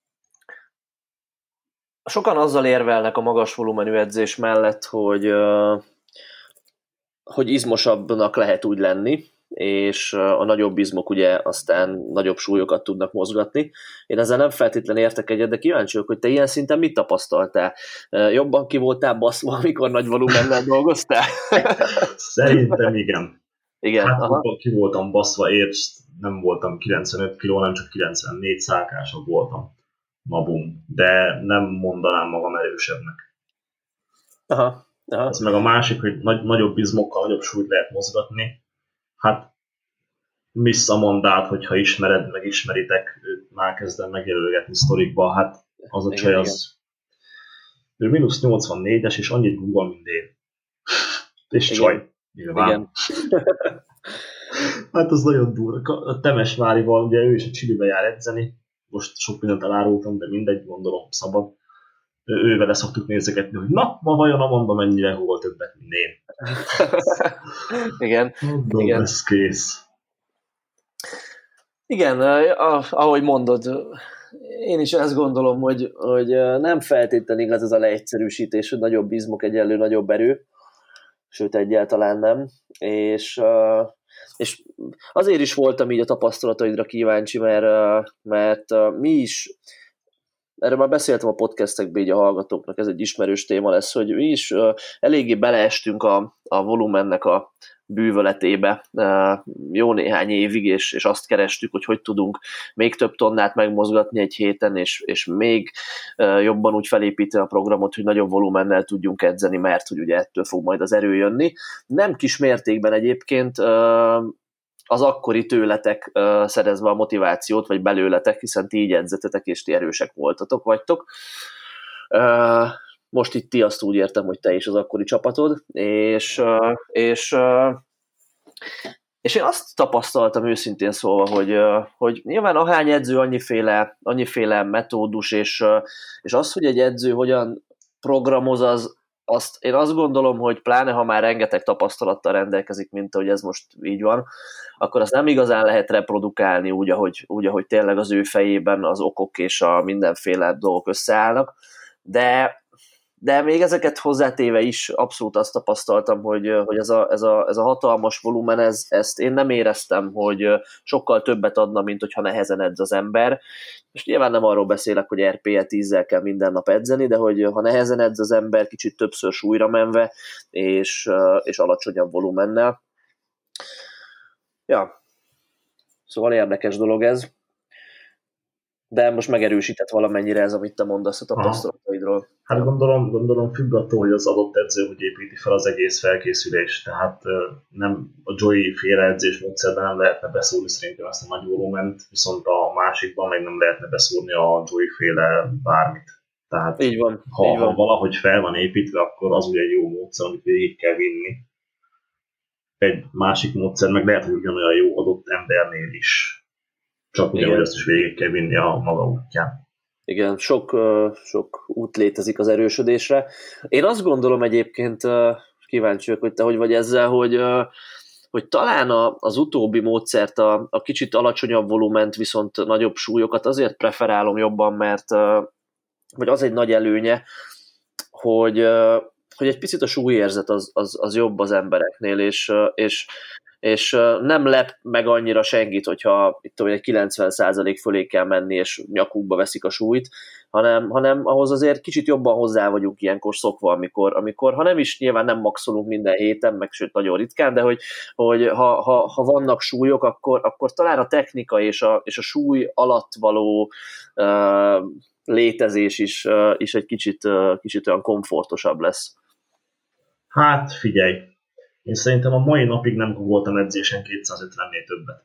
sokan azzal érvelnek a magas volumenű edzés mellett, hogy, uh, hogy izmosabbnak lehet úgy lenni, és a nagyobb izmok ugye aztán nagyobb súlyokat tudnak mozgatni. Én ezzel nem feltétlenül értek egyet, de kíváncsi vagyok, hogy te ilyen szinten mit tapasztaltál? Jobban ki voltál baszva, amikor nagy volumennel dolgoztál? Szerintem igen. Igen. Hát aha. Ki voltam baszva, értsd, nem voltam kilencvenöt kiló, nem csak kilencvennégy szálkások voltam. Na bum. De nem mondanám magam erősebbnek. Aha, aha. Ez meg a másik, hogy nagy, nagyobb izmokkal, nagyobb súlyt lehet mozgatni. Hát Miss Amandát, hogyha ismered, meg ismeritek, őt már kezdem megjelölgetni sztorikba, hát az a csaj az... Ő mínusz nyolcvannégyes, és annyit Google, mint én. És igen. Csaj. Nyilván. Igen. Hát az nagyon durva. A Temesvárival, ugye ő is a Csilibe jár edzeni. Most sok mindent elárultam, de mindegy, gondolom szabad. Ővele szoktuk nézegetni, hogy na, ma vajon Amanda mennyire hol többet, mint én. Igen. Mondom, igen. Ez kész. Igen, ahogy mondod, én is ezt gondolom, hogy, hogy nem feltétlenül igaz ez a leegyszerűsítés, hogy nagyobb izmok egyenlő nagyobb erő, sőt egyáltalán nem, és, és azért is voltam így a tapasztalataidra kíváncsi, mert, mert mi is, erről már beszéltem a podcastekben így a hallgatóknak, ez egy ismerős téma lesz, hogy mi is eléggé beleestünk a, a volumennek a bűvöletébe jó néhány évig, és, és azt kerestük, hogy hogy tudunk még több tonnát megmozgatni egy héten, és, és még jobban úgy felépíteni a programot, hogy nagyobb volumennel tudjunk edzeni, mert hogy ugye ettől fog majd az erő jönni. Nem kis mértékben egyébként az akkori tőletek szerezve a motivációt, vagy belőletek, hiszen ti így edzetetek, és ti erősek voltatok, vagytok. Most itt ti azt úgy értem, hogy te is az akkori csapatod, és, és, és én azt tapasztaltam őszintén szólva, hogy, hogy nyilván ahány edző annyiféle, annyiféle metódus, és, és az, hogy egy edző hogyan programoz, az, azt én azt gondolom, hogy pláne ha már rengeteg tapasztalattal rendelkezik, mint ahogy ez most így van, akkor azt nem igazán lehet reprodukálni úgy, ahogy, úgy, ahogy tényleg az ő fejében az okok és a mindenféle dolgok összeállnak, de De még ezeket hozzátéve is abszolút azt tapasztaltam, hogy, hogy ez, a, ez, a, ez a hatalmas volumen, ez, ezt én nem éreztem, hogy sokkal többet adna, mint hogyha nehezen edz az ember. És nyilván nem arról beszélek, hogy er pé e tízzel kell minden nap edzeni, de hogy ha nehezen edz az ember, kicsit többször súlyra menve, és, és alacsonyabb volumennel. Ja, szóval érdekes dolog ez. De most megerősített valamennyire ez, amit te mondasz a tapasztalataidról. Hát gondolom, gondolom függ attól, hogy az adott edző hogy építi fel az egész felkészülést. Tehát nem a Joey féle edzés módszerben nem lehetne beszúrni szerintem ezt a nagy volument, viszont a másikban meg nem lehetne beszúrni a Joey féle bármit. Tehát így van, ha, így van. ha valahogy fel van építve, akkor az ugye egy jó módszer, amit végig kell vinni. Egy másik módszer meg lehet, hogy ugyanolyan jó adott embernél is. Csak ugye, hogy azt is végig kell vinni a maga útján. Igen, sok, sok út létezik az erősödésre. Én azt gondolom egyébként, kíváncsi vagyok, hogy te hogy vagy ezzel, hogy, hogy talán az utóbbi módszert, a, a kicsit alacsonyabb volument, viszont nagyobb súlyokat azért preferálom jobban, mert vagy az egy nagy előnye, hogy, hogy egy picit a súlyérzet az, az, az jobb az embereknél, és, és és nem lep meg annyira senkit, hogyha itt egy kilencven százalék fölé kell menni, és nyakukba veszik a súlyt, hanem, hanem ahhoz azért kicsit jobban hozzá vagyunk ilyenkor szokva, amikor, amikor ha nem is nyilván nem maxolunk minden héten, meg sőt nagyon ritkán, de hogy, hogy ha, ha, ha vannak súlyok, akkor, akkor talán a technika és a, és a súly alatt való uh, létezés is, uh, is egy kicsit, uh, kicsit olyan komfortosabb lesz. Hát figyelj! Én szerintem a mai napig nem voltam edzésen kétszázötvennél többet.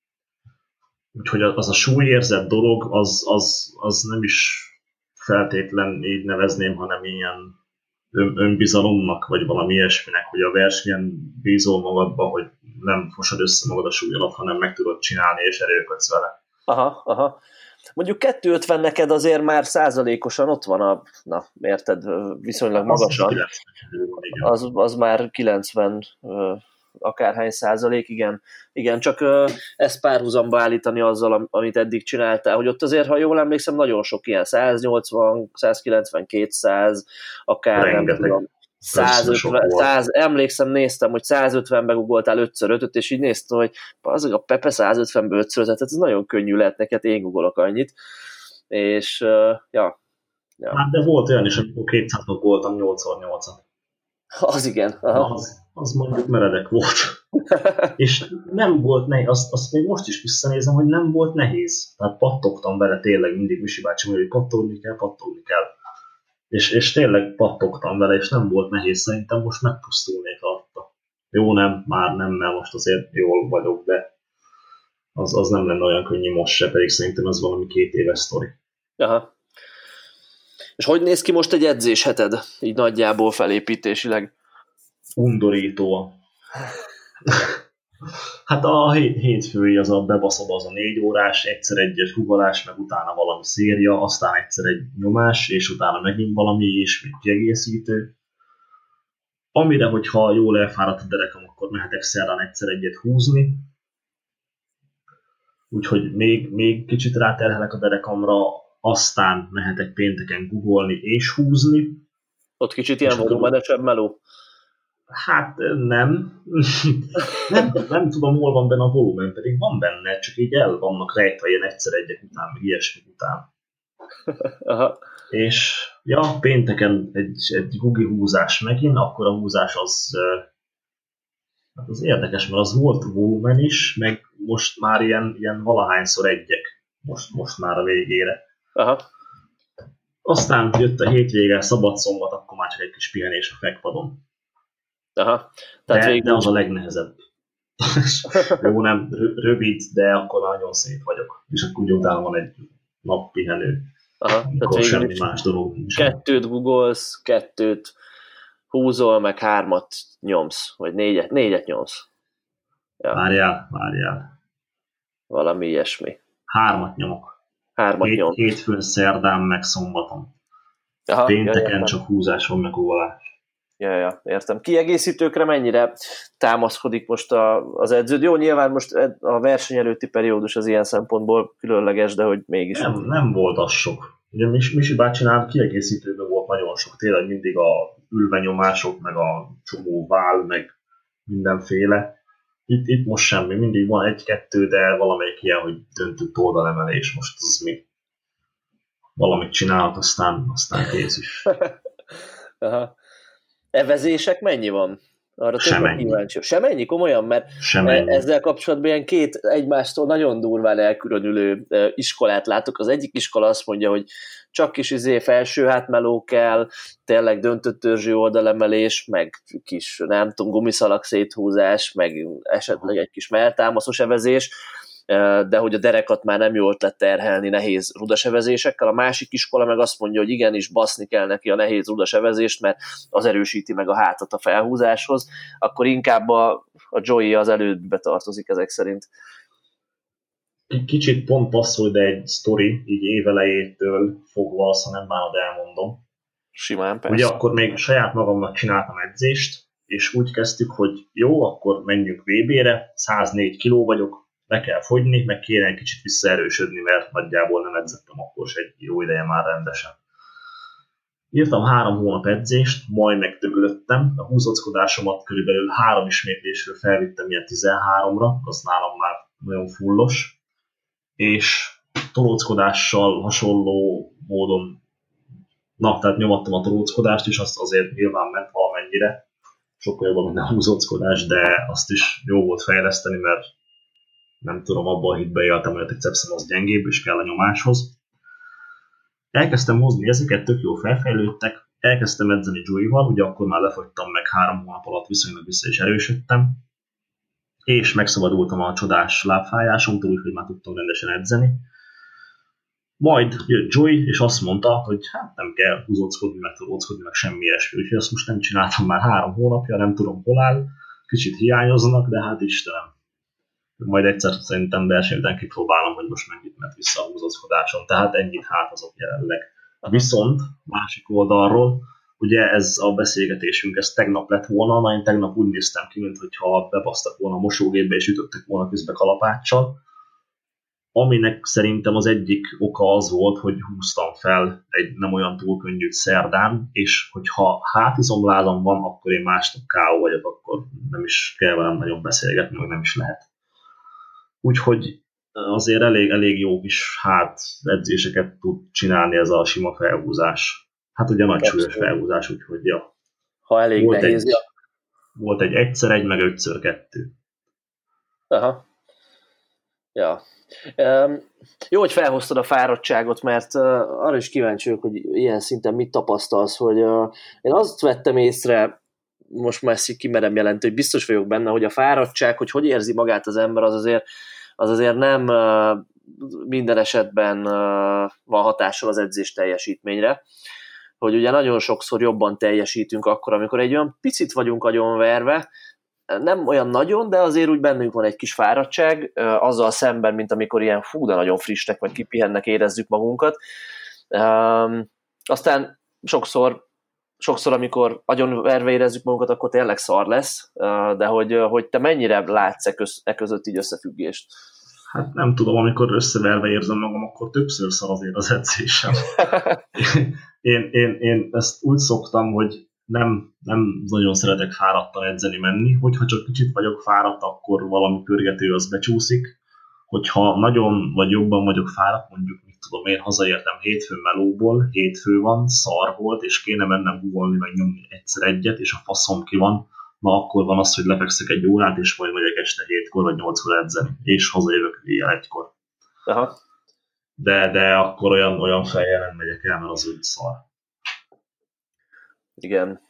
Úgyhogy az a súlyérzett dolog, az, az, az nem is feltétlen így nevezném, hanem ilyen ön, önbizalomnak, vagy valami ilyesminek, hogy a versenyen bízol magadba, hogy nem fosod össze magad a súly alatt, hanem meg tudod csinálni, és erőködsz vele. Aha, aha. Mondjuk kettőszázötven neked azért már százalékosan ott van a, na, érted, viszonylag magasan. Az, az már kilencven akárhány százalék, igen. Igen, csak ezt párhuzamba állítani azzal, amit eddig csináltál, hogy ott azért, ha jól emlékszem, nagyon sok ilyen száznyolcvan, százkilencven, kétszáz, akár rengeteg. Nem tudom, százötven, száz, emlékszem, néztem, hogy százötvenbe guggoltál ötször ötöt, és így néztem, hogy azok a Pepe százötvenből ötször ötöt, ez nagyon könnyű lehet neked, én guggolok annyit. És, uh, ja. ja. Hát de volt olyan is, amikor kétszáznak voltam nyolcvannyolcat. Az igen. Aha. Az, az mondjuk meredek volt. És nem volt nehéz, azt, azt még most is visszanézem, hogy nem volt nehéz. Tehát pattogtam vele tényleg mindig, Misi bácsi mondja, hogy pattogni kell, pattogni kell. És, és tényleg pattogtam vele, és nem volt nehéz, szerintem most megpusztulnék alatta. Jó, nem, már nem, mert most azért jól vagyok, de az, az nem lenne olyan könnyű most se, pedig szerintem ez valami két éves sztori. Aha. És hogy néz ki most egy edzésheted, így nagyjából felépítésileg? Undorító. Hát a hétfői az a bebaszod, az a négy órás, egyszer egyes guggolás, meg utána valami széria, aztán egyszer egy nyomás, és utána megint valami, és még kiegészítő. Amire, hogyha jól elfáradt a derekam, akkor mehetek szerdán egyszer egyet húzni. Úgyhogy még, még kicsit ráterhelek a derekamra, aztán mehetek pénteken guggolni és húzni. Ott kicsit ilyen volumenesebb meló? Hát nem. nem. Nem tudom, hol van benne a volumen, pedig van benne, csak így el vannak rejtve ilyen egyszer egyek után, meg ilyesmi után. Aha. És ja, pénteken egy, egy gugi húzás megint, akkor a húzás az, hát az érdekes, mert az volt volumen is, meg most már ilyen, ilyen valahányszor egyek, most, most már a végére. Aha. Aztán jött a hétvége, szabad szombat, akkor már csak egy kis pihenés a fekpadon. Aha. Tehát de, végül... de az a legnehezebb. Jó, nem rövid, de akkor nagyon szép vagyok. És akkor úgy utána van egy nap pihenő. Aha. Akkor semmi más dolog nincs. Kettőt googolsz, kettőt húzol, meg hármat nyomsz, vagy négyet, négyet nyomsz. Ja. Várjál, várjál. Valami ilyesmi. Hármat nyomok. Hármat Hét, nyom. Hétfőn, szerdán, meg szombaton. Aha, pénteken ja, csak húzás van, meg óvalás. Ja, ja, értem. Kiegészítőkre mennyire támaszkodik most a, az edződ? Jó, nyilván most a verseny előtti periódus az ilyen szempontból különleges, de hogy mégis. Nem, nem volt az sok. Ugye Misi bácsinál kiegészítőben volt nagyon sok, tényleg mindig a ülvenyomások, meg a csomó vál, meg mindenféle. Itt, itt most semmi, mindig van egy-kettő, de valamelyik ilyen, hogy döntött oldalemelés, most az mi. Valamit csinálok, aztán, aztán kész is. Aha. Evezések mennyi van? Arra Semennyi. Kíváncsi. Semennyi? Komolyan? Mert Semennyi. ezzel kapcsolatban ilyen két egymástól nagyon durván elkülönülő iskolát látok. Az egyik iskola azt mondja, hogy csak kis izé felső hátmeló kell, tényleg döntött törzsű oldalemelés, meg kis, nem tudom, gumiszalag széthúzás, meg esetleg egy kis melltámaszos evezés, de hogy a derekat már nem jól lett terhelni nehéz rudasevezésekkel. A másik iskola meg azt mondja, hogy igenis baszni kell neki a nehéz rudasevezést, mert az erősíti meg a hátat a felhúzáshoz. Akkor inkább a, a Joey az elődbe tartozik ezek szerint. Kicsit pont passzol, de egy sztori, így évelejétől fogva, azt, ha nem bánod, elmondom. Simán, persze. Ugye akkor még saját magamnak csináltam edzést, és úgy kezdtük, hogy jó, akkor menjünk vé bé-re, száznégy kiló vagyok, le kell fogyni, meg kéne egy kicsit visszaerősödni, mert nagyjából nem edzettem akkor se egy jó ideje már rendesen. Írtam három hónap edzést, majd megdöglöttem, a húzockodásomat körülbelül három ismétlésről felvittem ilyen tizenháromra, az nálam már nagyon fullos, és tolóckodással hasonló módon, na, tehát nyomattam a tolóckodást is, azt azért nyilván ment valamennyire, sokkal jobban, mint a húzockodás, de azt is jó volt fejleszteni, mert nem tudom, abban a hitben éltem, hogy a tricepszem az gyengébb, és kell a nyomáshoz. Elkezdtem hozni ezeket, tök jó felfejlődtek, elkezdtem edzeni Joey-val, ugye akkor már lefogytam meg három hónap alatt, viszonylag vissza is erősödtem, és megszabadultam a csodás lábfájásomtól, úgyhogy már tudtam rendesen edzeni. Majd jött Joey, és azt mondta, hogy hát nem kell húzóckodni, meg tolóckodni, meg semmi ilyesmi, úgyhogy azt most nem csináltam már három hónapja, nem tudom hol áll, kicsit hiányoznak, de hát Istenem. Majd egyszer szerintem verseny után kipróbálom, hogy most mennyit ment vissza a húzózkodáson, tehát ennyit hátazok jelenleg. Viszont másik oldalról, ugye ez a beszélgetésünk, ez tegnap lett volna, na én tegnap úgy néztem ki, mintha bebasztak volna a mosógépbe és ütöttek volna közbe kalapáccsal, aminek szerintem az egyik oka az volt, hogy húztam fel egy nem olyan túl könnyű szerdán, és hogyha hátizomlázam van, akkor én másnap ká ó vagyok, akkor nem is kell velem nagyon beszélgetni, meg nem is lehet. Úgyhogy azért elég, elég jó kis hát edzéseket tud csinálni ez a sima felhúzás. Hát ugye nagy súlyos felhúzás, úgyhogy ja. Ha elég volt nehéz, egy, ja. Volt egy egyszer egy, meg ötször kettő. Aha. Ja. Um, jó, hogy felhoztad a fáradtságot, mert uh, arra is kíváncsi vagyok, hogy ilyen szinten mit tapasztalsz, hogy uh, én azt vettem észre, most már ezt kimerem jelenteni, hogy biztos vagyok benne, hogy a fáradtság, hogy hogy érzi magát az ember, az azért, az azért nem uh, minden esetben uh, van hatással az edzés teljesítményre, hogy ugye nagyon sokszor jobban teljesítünk akkor, amikor egy olyan picit vagyunk agyonverve, nem olyan nagyon, de azért úgy bennünk van egy kis fáradtság, azzal szemben, mint amikor ilyen fú, de nagyon frissnek, vagy kipihennek érezzük magunkat. Aztán sokszor, sokszor, amikor agyonverve érezzük magunkat, akkor tényleg szar lesz, de hogy, hogy te mennyire látsz e, köz, e között így összefüggést? Hát nem tudom, amikor összeverve érzem magam, akkor többször szar azért az edzésem. én, én, én ezt úgy szoktam, hogy nem, nem nagyon szeretek fáradtan edzeni menni, hogyha csak kicsit vagyok fáradt, akkor valami pörgető az becsúszik. Hogyha nagyon vagy jobban vagyok fáradt, mondjuk, mit tudom én, hazaértem hétfőn melóból, hétfő van, szar volt, és kéne mennem googolni, meg nyomni egyszer egyet, és a faszom ki van, na akkor van az, hogy lefekszek egy órát, és majd megyek este hétkor vagy nyolckor edzeni, és hazajövök ilyen egykor. Aha. De, de akkor olyan, olyan fejjel nem megyek el, mert az úgy szar. Igen.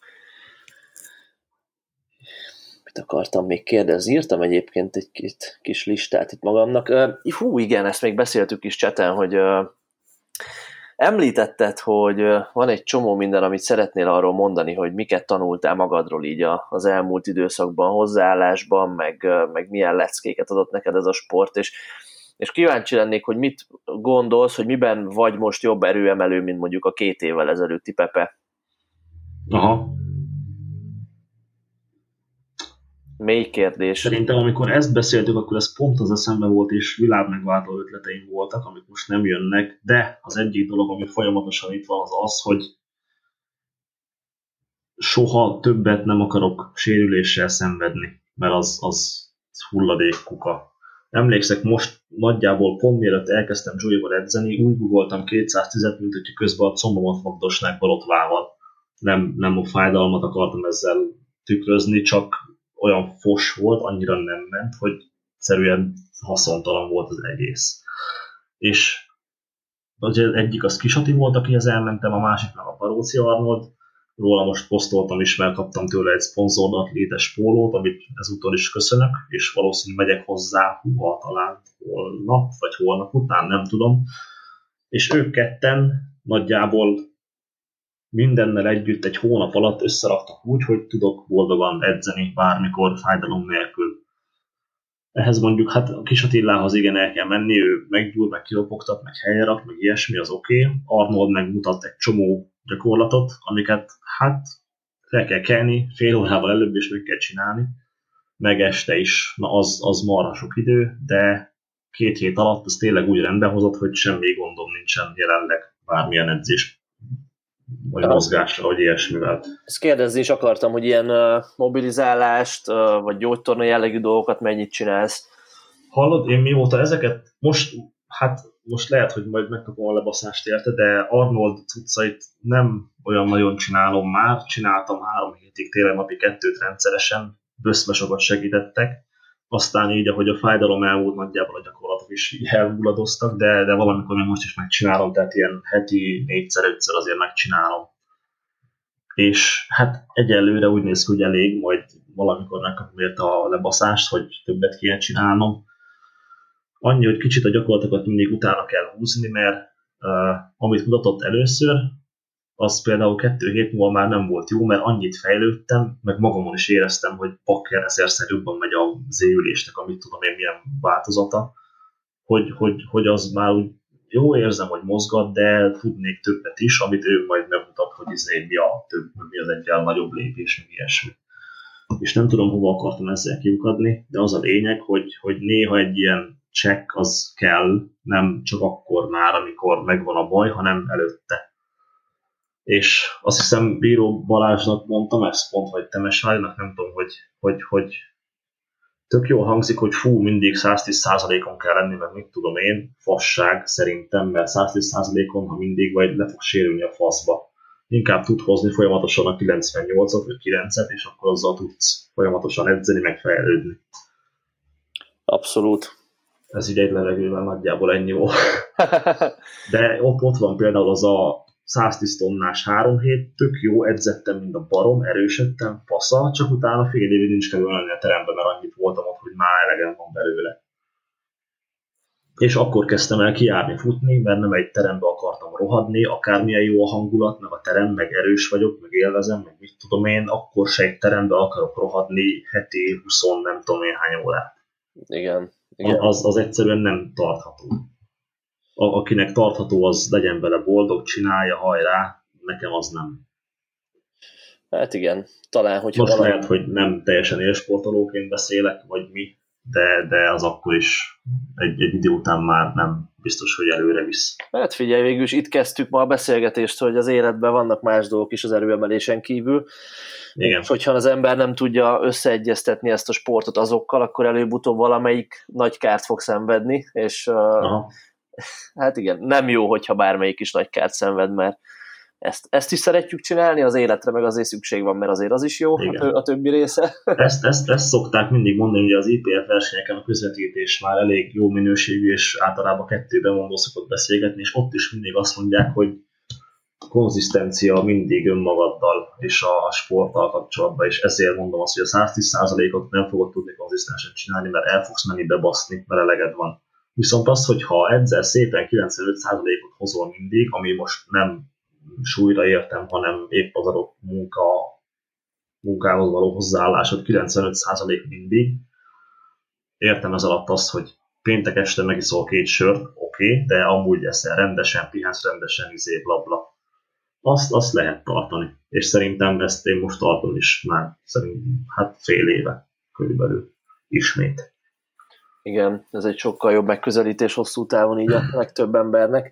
Mit akartam még kérdezni? Írtam egyébként egy kis, kis listát itt magamnak. Hú, igen, ezt még beszéltük is chaten, hogy uh, említetted, hogy uh, van egy csomó minden, amit szeretnél arról mondani, hogy miket tanultál magadról így a, az elmúlt időszakban, hozzáállásban, meg, uh, meg milyen leckéket adott neked ez a sport, és, és kíváncsi lennék, hogy mit gondolsz, hogy miben vagy most jobb erőemelő, mint mondjuk a két évvel ezelőtti Pepe. Aha. Mély kérdés. Szerintem, amikor ezt beszéltük, akkor ez pont az eszembe volt, és világmegváltó ötleteim voltak, amik most nem jönnek, de az egyik dolog, ami folyamatosan itt van, az az, hogy soha többet nem akarok sérüléssel szenvedni, mert az, az hulladék kuka. Emlékszek, most nagyjából pont mielőtt elkezdtem Joey-val edzeni, úgy googoltam kétszáztízet, mint hogyha közben a combomat fogdosnák balotvával. Nem, nem a fájdalmat akartam ezzel tükrözni, csak olyan fos volt, annyira nem ment, hogy egyszerűen haszontalan volt az egész. És az egyik az Kisati volt, akihez elmentem, a másik meg a Paróci Arnold. Róla most posztoltam is, mert kaptam tőle egy szponzornak létes pólót, amit ezúttal is köszönök, és valószínűleg megyek hozzá, húha, talán holnap, vagy holnap után, nem tudom. És ők ketten nagyjából mindennel együtt egy hónap alatt összeraktak úgy, hogy tudok boldogan edzeni bármikor fájdalom nélkül. Ehhez mondjuk, hát a Kis Attilához igen el kell menni, ő meggyúr, meg kilopogtat, meg helyre rak, meg ilyesmi, az oké. Okay. Arnold megmutat egy csomó gyakorlatot, amiket hát fel kell kelni, fél órával előbb is meg kell csinálni, meg este is. Na az, az marha sok idő, de két hét alatt az tényleg úgy rendbe hozott, hogy semmi gondom nincsen jelenleg bármilyen edzés vagy mozgásra, vagy ilyesmivel. Ezt kérdezni is akartam, hogy ilyen uh, mobilizálást, uh, vagy gyógytorna jellegű dolgokat mennyit csinálsz? Hallod, én mióta ezeket most, hát most lehet, hogy majd megkapom a lebaszást érte, de Arnold cuccait nem olyan nagyon csinálom már. Csináltam három hétig tényleg napi kettőt rendszeresen, böszme sokat segítettek. Aztán így, ahogy a fájdalom elmúlt, nagyjából a gyakorlatok is így elmúladoztak, de, de valamikor még most is megcsinálom, tehát ilyen heti négyszer-ötször azért megcsinálom. És hát egyelőre úgy néz ki, hogy elég, majd valamikor megkapom érte a lebaszást, hogy többet kéne csinálnom. Annyi, hogy kicsit a gyakorlatokat mindig utána kell húzni, mert uh, amit mutatott először, az például kettő hét múlva már nem volt jó, mert annyit fejlődtem, meg magamon is éreztem, hogy pakker ezerszer jobban megy az éülésnek, amit tudom én milyen változata, hogy, hogy, hogy az már úgy jó érzem, hogy mozgat, de tudnék többet is, amit ő majd megmutat, hogy izé mi a több, mi az egyáltalán nagyobb lépés, meg ilyesmi. És nem tudom, hova akartam ezzel kiukadni, de az a lényeg, hogy, hogy néha egy ilyen check az kell, nem csak akkor már, amikor megvan a baj, hanem előtte. És azt hiszem Bíró Balázsnak mondtam ezt pont, vagy Temesvágynak, nem tudom, hogy, hogy, hogy tök jól hangzik, hogy fú, mindig száztíz százalékon kell lenni, meg mit tudom én, fasság szerintem, mert száztíz százalékon, ha mindig vagy, le fog sérülni a faszba. Inkább tud hozni folyamatosan a kilencvennyolcat vagy kilencet, és akkor azzal tudsz folyamatosan edzeni, meg fejlődni. Abszolút. Ez így egy levegővel nagyjából ennyi volt. De ott, ott van például az a száztíz tonnás három hét, tök jó, edzettem, mint a barom, erősödtem, fasza, csak utána fél évig nincs kell ölni a terembe, mert annyit voltam ott, hogy már elegem van belőle. És akkor kezdtem el kijárni, futni, mert nem egy terembe akartam rohadni, akármilyen jó a hangulat, meg a terem, meg erős vagyok, meg élvezem, meg mit tudom én, akkor se egy terembe akarok rohadni heti húsz nem tudom én hány órát. Igen. Igen. Az, az egyszerűen nem tartható. A, akinek tartható, az legyen vele boldog, csinálja, hajrá, nekem az nem. Hát igen, talán, hogyha most valami... lehet, hogy nem teljesen élsportolóként beszélek, vagy mi, de, de az akkor is egy, egy idő után már nem biztos, hogy előre visz. Hát figyelj, végül is itt kezdtük ma a beszélgetést, hogy az életben vannak más dolgok is az erőemelésen kívül. Igen. És hogyha az ember nem tudja összeegyeztetni ezt a sportot azokkal, akkor előbb-utóbb valamelyik nagy kárt fog szenvedni, és uh, hát igen, nem jó, hogyha bármelyik is nagy kárt szenved, mert ezt, ezt is szeretjük csinálni, az életre meg azért szükség van, mert azért az is jó, a, a többi része. Ezt, ezt, ezt szokták mindig mondani, hogy az i pé ef versenyeken a közvetítés már elég jó minőségű, és általában kettőben mondó szokott beszélgetni, és ott is mindig azt mondják, hogy konzisztencia mindig önmagaddal és a, a sporttal kapcsolatban, és ezért mondom azt, hogy a száztíz százalékot nem fogod tudni konzisztensen csinálni, mert el fogsz menni bebaszni, mert eleged van. Viszont az, hogyha edzel szépen kilencvenöt százalékot hozol mindig, ami most nem súlyra értem, hanem épp az adott munka, munkához való hozzáállásod kilencvenöt százalék mindig. Értem ez alatt azt, hogy péntek este megiszol két sört, oké, okay, de amúgy eszel rendesen, pihensz rendesen, izé, blabla. Azt, azt lehet tartani. És szerintem ezt én most tartom is már szerintem hát fél éve körülbelül ismét. Igen, ez egy sokkal jobb megközelítés hosszú távon így a legtöbb embernek.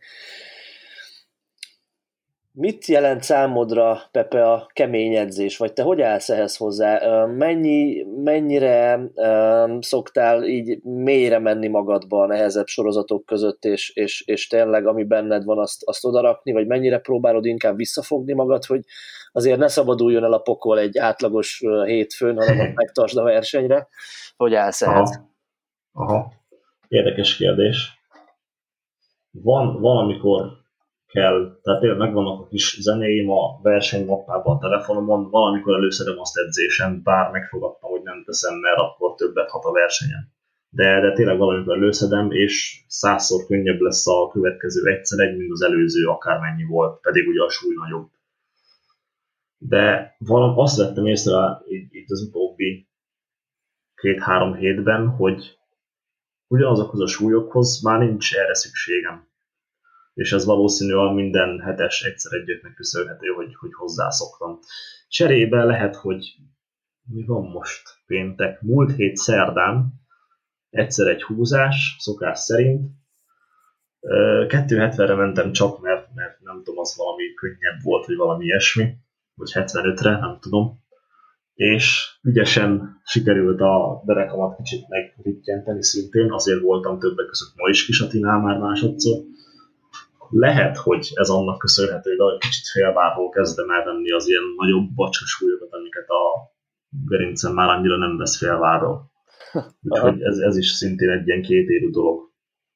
Mit jelent számodra, Pepe, a kemény edzés, vagy te hogy állsz ehhez hozzá? Mennyi, mennyire um, szoktál így mélyre menni magadba a nehezebb sorozatok között, és, és, és tényleg, ami benned van, azt, azt odarakni, vagy mennyire próbálod inkább visszafogni magad, hogy azért ne szabaduljon el a pokol egy átlagos hétfőn, hanem megtartsd a versenyre? Hogy állsz ehhez? Aha. Aha. Érdekes kérdés. Van, van, amikor kell, tehát tényleg megvannak a kis zenéim a versenymappában a telefonomon, valamikor előszedem azt edzésen, bár megfogadtam, hogy nem teszem, mert akkor többet hat a versenyen. De, de tényleg valamikor előszedem, és százszor könnyebb lesz a következő egyszer egy, mint az előző, akármennyi volt, pedig ugye a súly nagyobb. De valam, azt vettem észre itt az utóbbi két-három hétben, hogy ugyanazokhoz a súlyokhoz már nincs erre szükségem. És ez valószínűleg minden hetes egyszer egyöknek köszönhető, hogy, hogy hozzászoktam. Cserébe lehet, hogy mi van most péntek? Múlt hét szerdán egyszer egy húzás, szokás szerint. kétszázhetvenre mentem csak, mert, mert nem tudom, az valami könnyebb volt, vagy valami ilyesmi, vagy hetvenötre, nem tudom. És ügyesen sikerült a derekamat kicsit megrittyenteni szintén, azért voltam többek között ma is Kisatinál már másodszor. Lehet, hogy ez annak köszönhető, de kicsit félvárról kezdem elvenni az ilyen nagyobb bacskos súlyokat, amiket a gerincem már annyira nem vesz félvárról. Úgyhogy ez, ez is szintén egy ilyen kétérű dolog.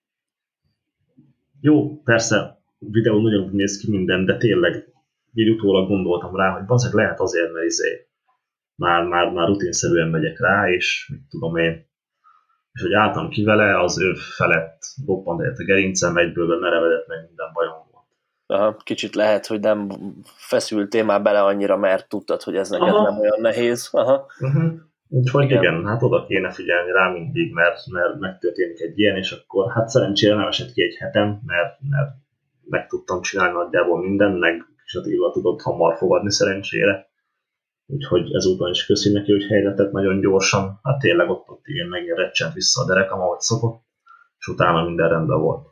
Jó, persze, videó nagyon néz ki minden, de tényleg így utólag gondoltam rá, hogy bazeg lehet azért, mert izé már, már, már rutinszerűen megyek rá, és mit tudom én, és hogy álltam ki vele, az ő felett roppant egyet a gerincem, egyből merevedett, meg minden bajom volt. Aha, kicsit lehet, hogy nem feszültél már bele annyira, mert tudtad, hogy ez neked Aha. nem olyan nehéz. Aha. Uh-huh. Úgyhogy igen. igen, hát oda kéne figyelni rá mindig, mert, mert megtörténik egy ilyen, és akkor hát szerencsére nem esett ki egy hetem, mert, mert meg tudtam csinálni nagyjából minden, meg és Attila tudott hamar fogadni szerencsére. Úgyhogy ezúttal is köszi neki, hogy helyre tett nagyon gyorsan. Hát tényleg ott, ott igen, megint recsent vissza a derekam, ahogy szokott, és utána minden rendben volt.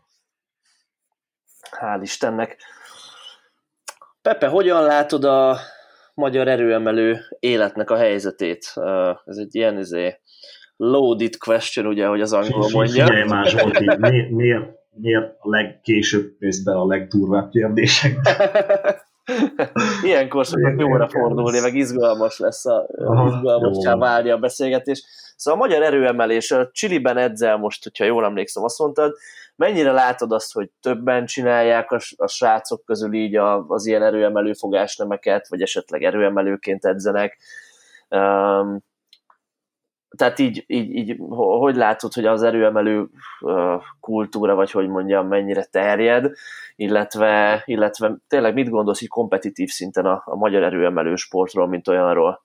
Hál' Istennek. Pepe, hogyan látod a magyar erőemelő életnek a helyzetét? Ez egy ilyen izé, loaded question, ugye, hogy az angol mondja. Figyelj már, Zsolti, miért, miért, miért a legkésőbb mész be a legdurvább kérdésekbe? Ilyenkor szokott jóra fordulni, meg izgalmas lesz a, izgalmassá válni a beszélgetés. Szóval a magyar erőemelés, a Chiliben edzel most, hogyha jól emlékszem, azt mondtad, mennyire látod azt, hogy többen csinálják a, a srácok közül így a, az ilyen erőemelő fogásnemeket, vagy esetleg erőemelőként edzenek? Um, tehát így, így, így, hogy látod, hogy az erőemelő kultúra, vagy hogy mondjam, mennyire terjed, illetve, illetve tényleg mit gondolsz így kompetitív szinten a, a magyar erőemelő sportról, mint olyanról?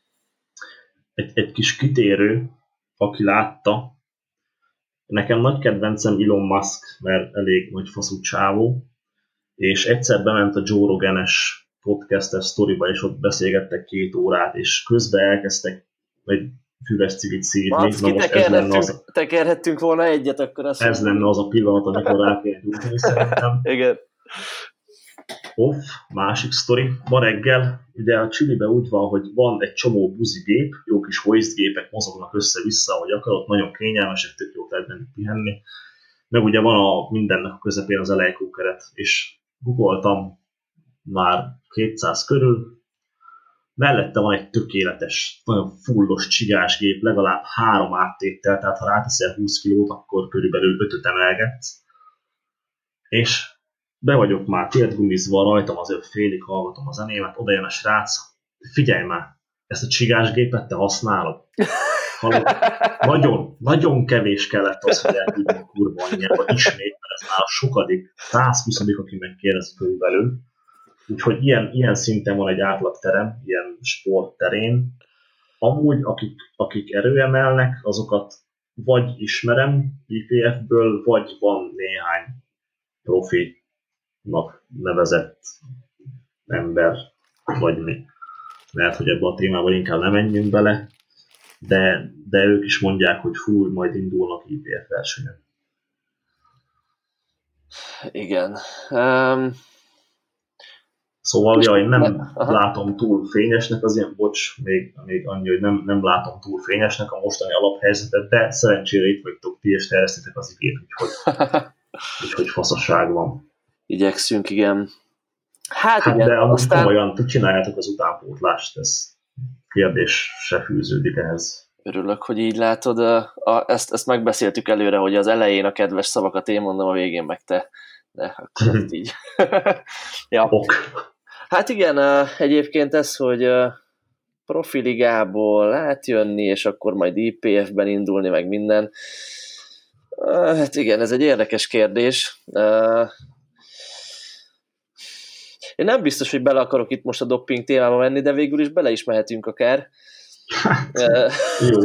Egy, egy kis kitérő, aki látta, nekem nagy kedvencem Elon Musk, mert elég nagy faszú csávó, és egyszer bement a Joe Rogan-es podcast-es sztoriba, és ott beszélgettek két órát, és közben elkezdtek egy füves cigit szívni. Macki, tekerhettünk, tekerhettünk volna egyet, akkor azt ez lenne az a pillanat, amikor rá kell gyújtani, szerintem. Igen. Off, másik sztori. Ma reggel, ugye a Chiliben úgy van, hogy van egy csomó buzigép, jó kis hoistgépek mozognak össze-vissza, ahogy akarod, nagyon kényelmesek, tök jók lehet bennük pihenni. Meg ugye van a mindennek a közepén az elejkókeret, és googoltam már kétszáz körül, mellette van egy tökéletes, nagyon fullos csigásgép, legalább három áttéttel, tehát ha ráteszel húsz kilót, akkor körülbelül ötöt emelgetsz. És be vagyok már térdgumizva, rajtam az öv félig, hallgatom a zenémet, oda jön a srác, figyelj már, ezt a csigásgépet te használod? Hallod? Nagyon, nagyon kevés kellett az, hogy elküldjön a kurva anyjába ismét, mert ez már a sokadik, százhuszadik, aki megkérdezi körülbelül. Úgyhogy ilyen, ilyen szinten van egy átlagterem, ilyen sportterén. Amúgy, akik, akik erőemelnek, azokat vagy ismerem I P F-ből, vagy van néhány profinak nevezett ember, vagy mi. Lehet, hogy ebbe a témába inkább nem menjünk bele, de, de ők is mondják, hogy fú, majd indulnak I P F versenyen. Igen. Um... Szóval, ja, én nem Aha. látom túl fényesnek az ilyen, bocs, még, még annyi, hogy nem, nem látom túl fényesnek a mostani alaphelyzetet, de szerencsére itt vagytok ti, és terjesztitek az igét, úgyhogy, úgyhogy faszasság van. Igyekszünk, igen. Hát, hát igen, de amúgy aztán... komolyan, ti csináljátok az utánpótlást, ez kérdés se fűződik ehhez. Örülök, hogy így látod. A, ezt, ezt megbeszéltük előre, hogy az elején a kedves szavakat én mondom, a végén meg te. De akkor ezt így. Ja. Ok. Hát igen, egyébként ez, hogy profiligából átjönni, és akkor majd I P F-ben indulni, meg minden. Hát igen, ez egy érdekes kérdés. Én nem biztos, hogy bele akarok itt most a dopping témába menni, de végül is bele is mehetünk akár. Hát, jó.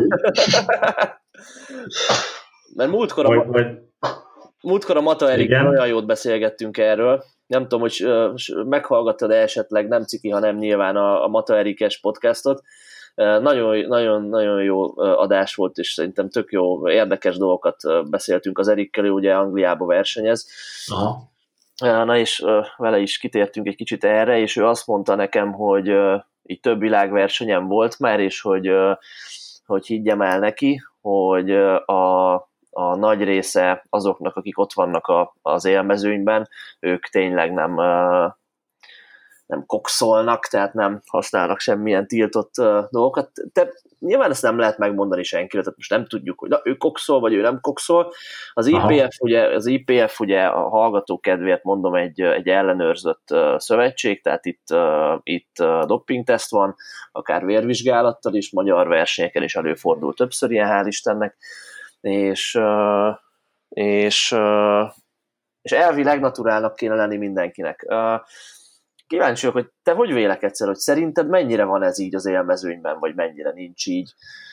Mert múltkor a, majd, majd... múltkor a Mata Erikkel olyan jót beszélgettünk erről. Nem tudom, hogy meghallgattad-e esetleg, nem ciki, hanem nyilván a, a Mata Erikes podcastot. Nagyon, nagyon, nagyon jó adás volt, és szerintem tök jó, érdekes dolgokat beszéltünk az Erikkel, ő ugye Angliába versenyez. Aha. Na és vele is kitértünk egy kicsit erre, és ő azt mondta nekem, hogy így több világversenyen volt már, és hogy, hogy higgyem el neki, hogy a, a nagy része azoknak, akik ott vannak a, az élmezőnyben, ők tényleg nem, nem kokszolnak, tehát nem használnak semmilyen tiltott dolgokat. Te, nyilván ezt nem lehet megmondani senkire, tehát most nem tudjuk, hogy na, ő kokszol, vagy ő nem kokszol. Az I P F, ugye, az I P F ugye a hallgató kedvéért mondom egy, egy ellenőrzött szövetség, tehát itt, itt dopingteszt van, akár vérvizsgálattal is, magyar versenyeken is előfordul többször ilyen, hál' Istennek, és, és, és elvileg naturálnak kéne lenni mindenkinek. Kíváncsi vagyok, hogy te hogy vélekedsz el, hogy szerinted mennyire van ez így az élmezőnyben, vagy mennyire nincs így?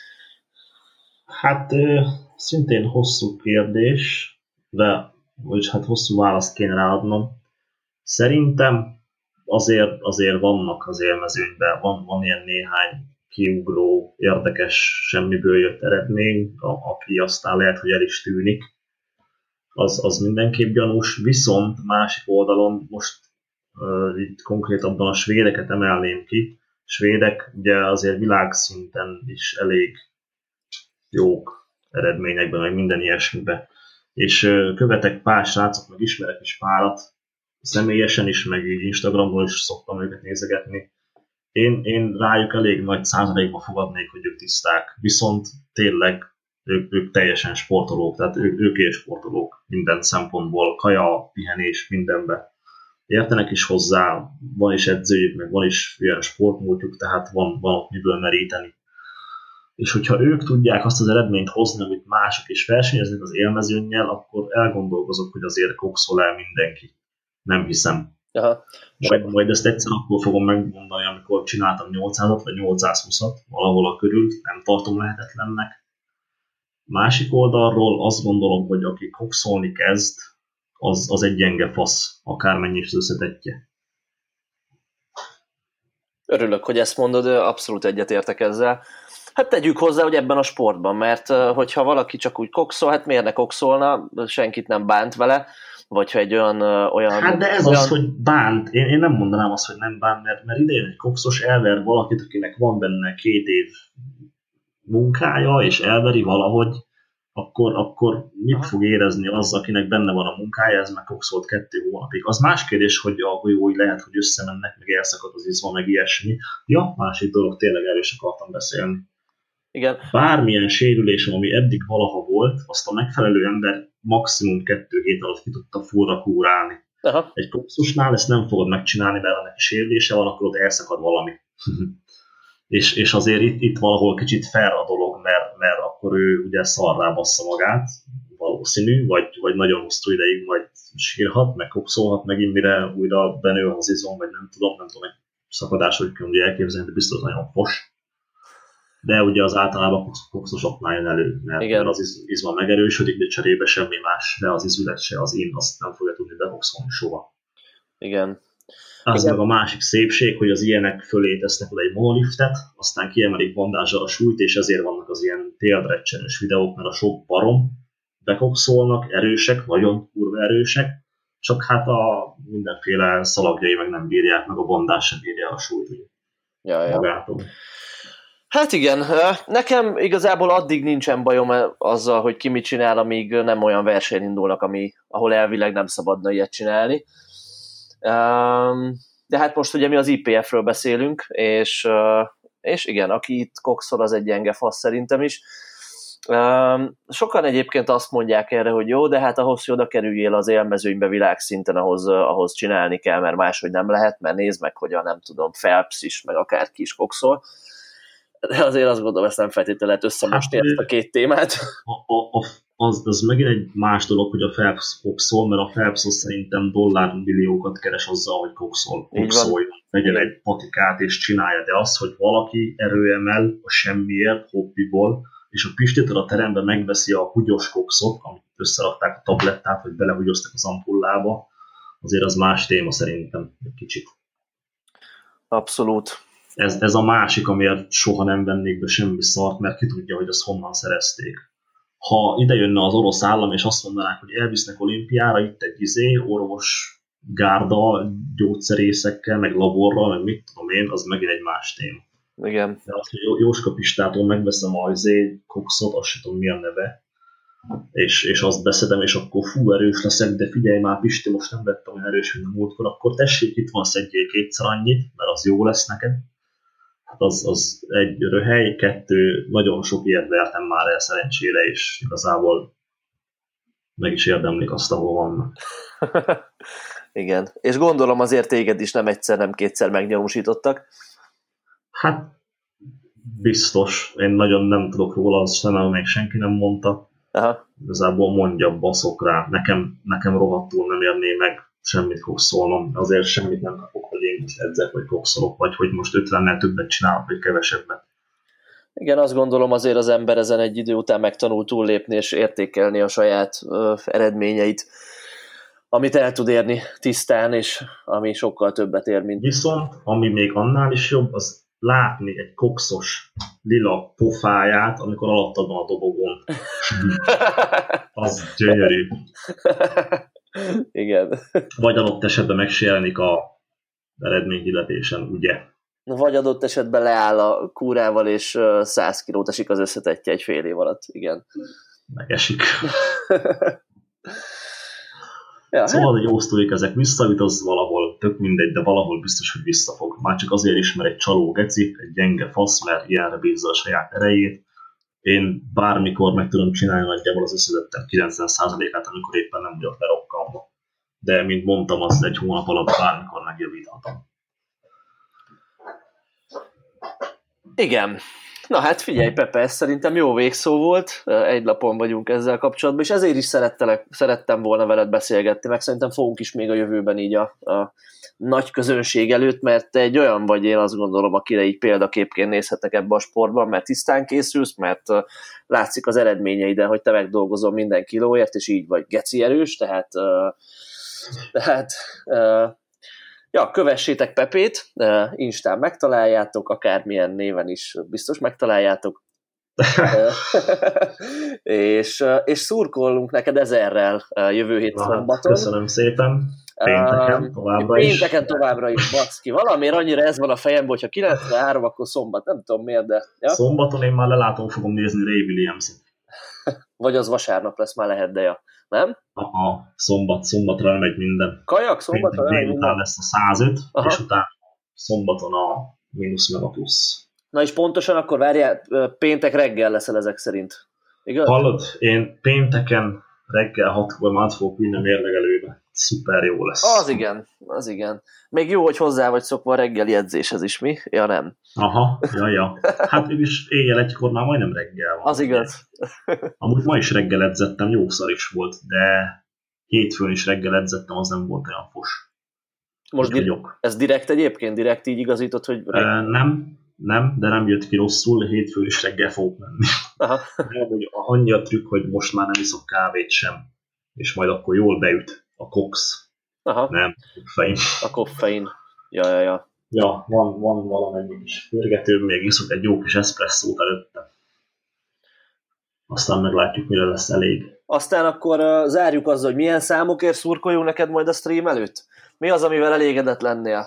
Hát szintén hosszú kérdés, de vagyis hát hosszú választ kéne ráadnom. Szerintem azért, azért vannak az élmezőnyben, van, van ilyen néhány kiugró, érdekes, semmiből jött eredmény, a, aki aztán lehet, hogy el is tűnik. Az, az mindenképp gyanús, viszont másik oldalon most uh, itt konkrétabban a svédeket emelném ki. Svédek ugye azért világszinten is elég jók eredményekben, meg minden ilyesmiben. És uh, követek pár srácot, meg ismerek is párat, személyesen is, meg így Instagramon is szoktam őket nézegetni. Én, én rájuk elég nagy százalékba fogadnék, hogy ők tiszták, viszont tényleg ők, ők teljesen sportolók, tehát ők, ők és sportolók minden szempontból, kaja, pihenés, mindenben. Értenek is hozzá, van is edzőjük, meg van is ilyen sportmúltjuk, tehát van, van ott miből meríteni. És hogyha ők tudják azt az eredményt hozni, amit mások is versenyeznek az élmezőnnyel, akkor elgondolkozok, hogy azért kokszol el mindenki. Nem hiszem. Aha. Majd, majd ezt egyszer akkor fogom megmondani, amikor csináltam nyolcszázat vagy nyolcszázhúszat, valahol a körül, nem tartom lehetetlennek. Másik oldalról azt gondolom, hogy aki kokszolni kezd, az, az egy gyenge fasz, akármennyi is az összetettje. Örülök, hogy ezt mondod, abszolút egyetértek ezzel. Hát tegyük hozzá, hogy ebben a sportban, mert hogyha valaki csak úgy kokszol, hát miért ne kokszolna, senkit nem bánt vele, vagy ha egy olyan... olyan hát de ez olyan... az, hogy bánt. Én, én nem mondanám azt, hogy nem bánt, mert, mert idején egy kokszos elver valakit, akinek van benne két év munkája, és elveri valahogy, akkor, akkor mit fog érezni az, akinek benne van a munkája, ez meg kokszolt kettő hónapig. Az más kérdés, hogy a hajói lehet, hogy összemennek, meg elszakad az izma, meg ilyesmi. Ja, másik dolog, tényleg erről is akartam beszélni. Igen. Bármilyen sérülésem, ami eddig valaha volt, azt a megfelelő ember maximum kettő hét alatt ki tudta fullra kúrálni. Aha. Egy kokszosnál ezt nem fogod megcsinálni, mert ha neki sérülése van, akkor ott elszakad valami. és, és azért itt, itt valahol kicsit fair a dolog, mert, mert akkor ő ugye szarrá bassza magát, valószínű, vagy, vagy nagyon hosszú ideig majd sírhat, meg kokszolhat megint, mire újra benő az izom, vagy nem tudom, nem tudom, egy szakadás, hogy kell ugye elképzelni, de biztos nagyon fos. De ugye az általában kokszosoknál jön elő, mert, mert az izma megerősödik, de cserébe semmi más, de az izület se, az én azt nem fogja tudni bekokszolni soha. Igen. Az Igen. meg a másik szépség, hogy az ilyenek fölé tesznek oda egy monoliftet, aztán kiemelik bandázsal a súlyt, és ezért vannak az ilyen téldrecsenős videók, mert a sok barom bekokszolnak, erősek, nagyon kurva erősek, csak hát a mindenféle szalagjai meg nem bírják, meg a bandás sem bírja a súlyt ja, ja. magától. Hát igen, nekem igazából addig nincsen bajom azzal, hogy ki mit csinál, amíg nem olyan verseny indulnak, ami, ahol elvileg nem szabadna ilyet csinálni. De hát most ugye mi az i pé ef-ről beszélünk, és, és igen, aki itt kokszol, az egy gyenge fasz szerintem is. Sokan egyébként azt mondják erre, hogy jó, de hát ahhoz, hogy oda kerüljél az élmezőnybe világszinten, ahhoz, ahhoz csinálni kell, mert máshogy nem lehet, mert nézd meg, hogy a nem tudom, Phelps is, meg akárki is kokszol. De azért azt gondolom, ezt nem feltétlenül lehet összemosni hát, ezt a két témát. A, a, a, az, az megint egy más dolog, hogy a Phelps kokszol, mert a Phelps szerintem dollármilliókat keres azzal, hogy kokszol, kokszolj, legyen egy patikát és csinálja, de az, hogy valaki erőemel a semmiért, hobbiból, és a Pistétől a teremben megveszi a húgyos kokszot, amit összerakták a tablettát, vagy belehugyoztak az ampullába, azért az más téma szerintem egy kicsit. Abszolút. Ez, ez a másik, amiért soha nem vennék be semmi szart, mert ki tudja, hogy azt honnan szerezték. Ha ide jönne az orosz állam, és azt mondanák, hogy elvisznek olimpiára, itt egy izé, orvos gárda, gyógyszerészekkel, meg laborral, meg mit tudom én, az megint egy más téma. Igen. De azt, hogy Jóska Pistától megveszem a izé, kokszot, azt sem tudom mi a neve, és, és azt beszedem, és akkor fú, erős leszek, de figyelj már, Pisti, most nem vettem olyan erős, mint a múltkor, akkor tessék, itt van, szedjél kétszer annyit, mert az jó lesz neked. Hát az, az egy röhely, kettő, nagyon sok ilyet vertem már el szerencsére, és igazából meg is érdemlik azt, ahol vannak. Igen, és gondolom azért téged is nem egyszer, nem kétszer meggyanúsítottak. Hát biztos, én nagyon nem tudok róla, azt nem, még senki nem mondta. Aha. Igazából mondja, baszok rá, nekem, nekem rohadtul nem érné meg semmit kokszolnom, azért semmit nem kapok, hogy én most edzek, vagy kokszolok, vagy hogy most ötvennel többet csinálok, vagy kevesebbet. Igen, azt gondolom azért az ember ezen egy idő után megtanul túllépni és értékelni a saját ö, eredményeit, amit el tud érni tisztán, és ami sokkal többet ér, mint... Viszont, ami még annál is jobb, az látni egy kokszos lila pofáját, amikor alattad van a dobogón. Az gyönyörű. Igen. Vagy adott esetben megsérelnik a eredményhirdetésen, ugye? Vagy adott esetben leáll a kúrával, és száz kilót esik az összetettje egy fél év alatt. Igen. Megesik. Ja, szóval, hogy jó sztorik, ezek visszaüt, az valahol, tök mindegy, de valahol biztos, hogy visszafog. Már csak azért is, mert egy csaló geci, egy gyenge fasz, mert ilyenre bízza a saját erejét. Én bármikor meg tudom csinálni nagyjából az összedettem kilencven százalékát, amikor éppen nem vagyok lerokkalva. De, mint mondtam, az egy hónap alatt bármikor megjavíthatom. Igen. Na hát figyelj, Pepe, ez szerintem jó végszó volt, egy lapon vagyunk ezzel kapcsolatban, és ezért is szerettelek, szerettem volna veled beszélgetni, meg szerintem fogunk is még a jövőben így a, a nagy közönség előtt, mert te egy olyan vagy, én azt gondolom, akire így példaképként nézhetek ebbe a sportban, mert tisztán készülsz, mert látszik az eredményeiden, hogy te megdolgozol minden kilóért, és így vagy geci erős, tehát, tehát ja, kövessétek Pepét, Instán megtaláljátok, akármilyen néven is biztos megtaláljátok, és, és szurkolunk neked ezerrel jövő hét Na, szombaton. Köszönöm szépen, pénteken továbbra uh, is. Pénteken továbbra is, baszki. Valamiért annyira ez van a fejemben, hogyha kilencvenhárom, akkor szombat, nem tudom miért, de... Ja? Szombaton én már lelátom fogom nézni Ray Williams-et. Vagy az vasárnap lesz, már lehet, de ja. Nem? Aha, szombat, szombatra megy minden. Kajak, szombatra megy minden. Délután lesz a százöt, Aha. és utána szombaton a mínusz meg a plusz. Na és pontosan akkor várjál, péntek reggel leszel ezek szerint. Igaz? Hallod, én pénteken reggel hatkor már fogok vinni a mérlegelőbe. Szuper jó lesz. Az igen, az igen. Még jó, hogy hozzá vagy szokva a reggeli edzéshez is, mi? Ja, nem. Aha, ja, ja. Hát mégis éjjel egykor már majdnem reggel van. Az igaz. Amúgy ma is reggel edzettem, jó szar is volt, de hétfőn is reggel edzettem, az nem volt olyan fos. Most di- ez direkt egyébként? Direkt így igazított, hogy... E, nem, nem, de nem jött ki rosszul, hétfőn is reggel fogok menni. Aha. Nem, annyi a trükk, hogy most már nem iszok kávét sem, és majd akkor jól beüt a kox. Aha. Nem, koffein. A koffein. Ja, ja, ja. Ja, van, van valamennyi is pörgetőm, még iszok egy jó kis eszpresszót előtte. Aztán meglátjuk, mire lesz elég. Aztán akkor uh, zárjuk azzal, hogy milyen számokért szurkoljunk neked majd a stream előtt? Mi az, amivel elégedett lennél?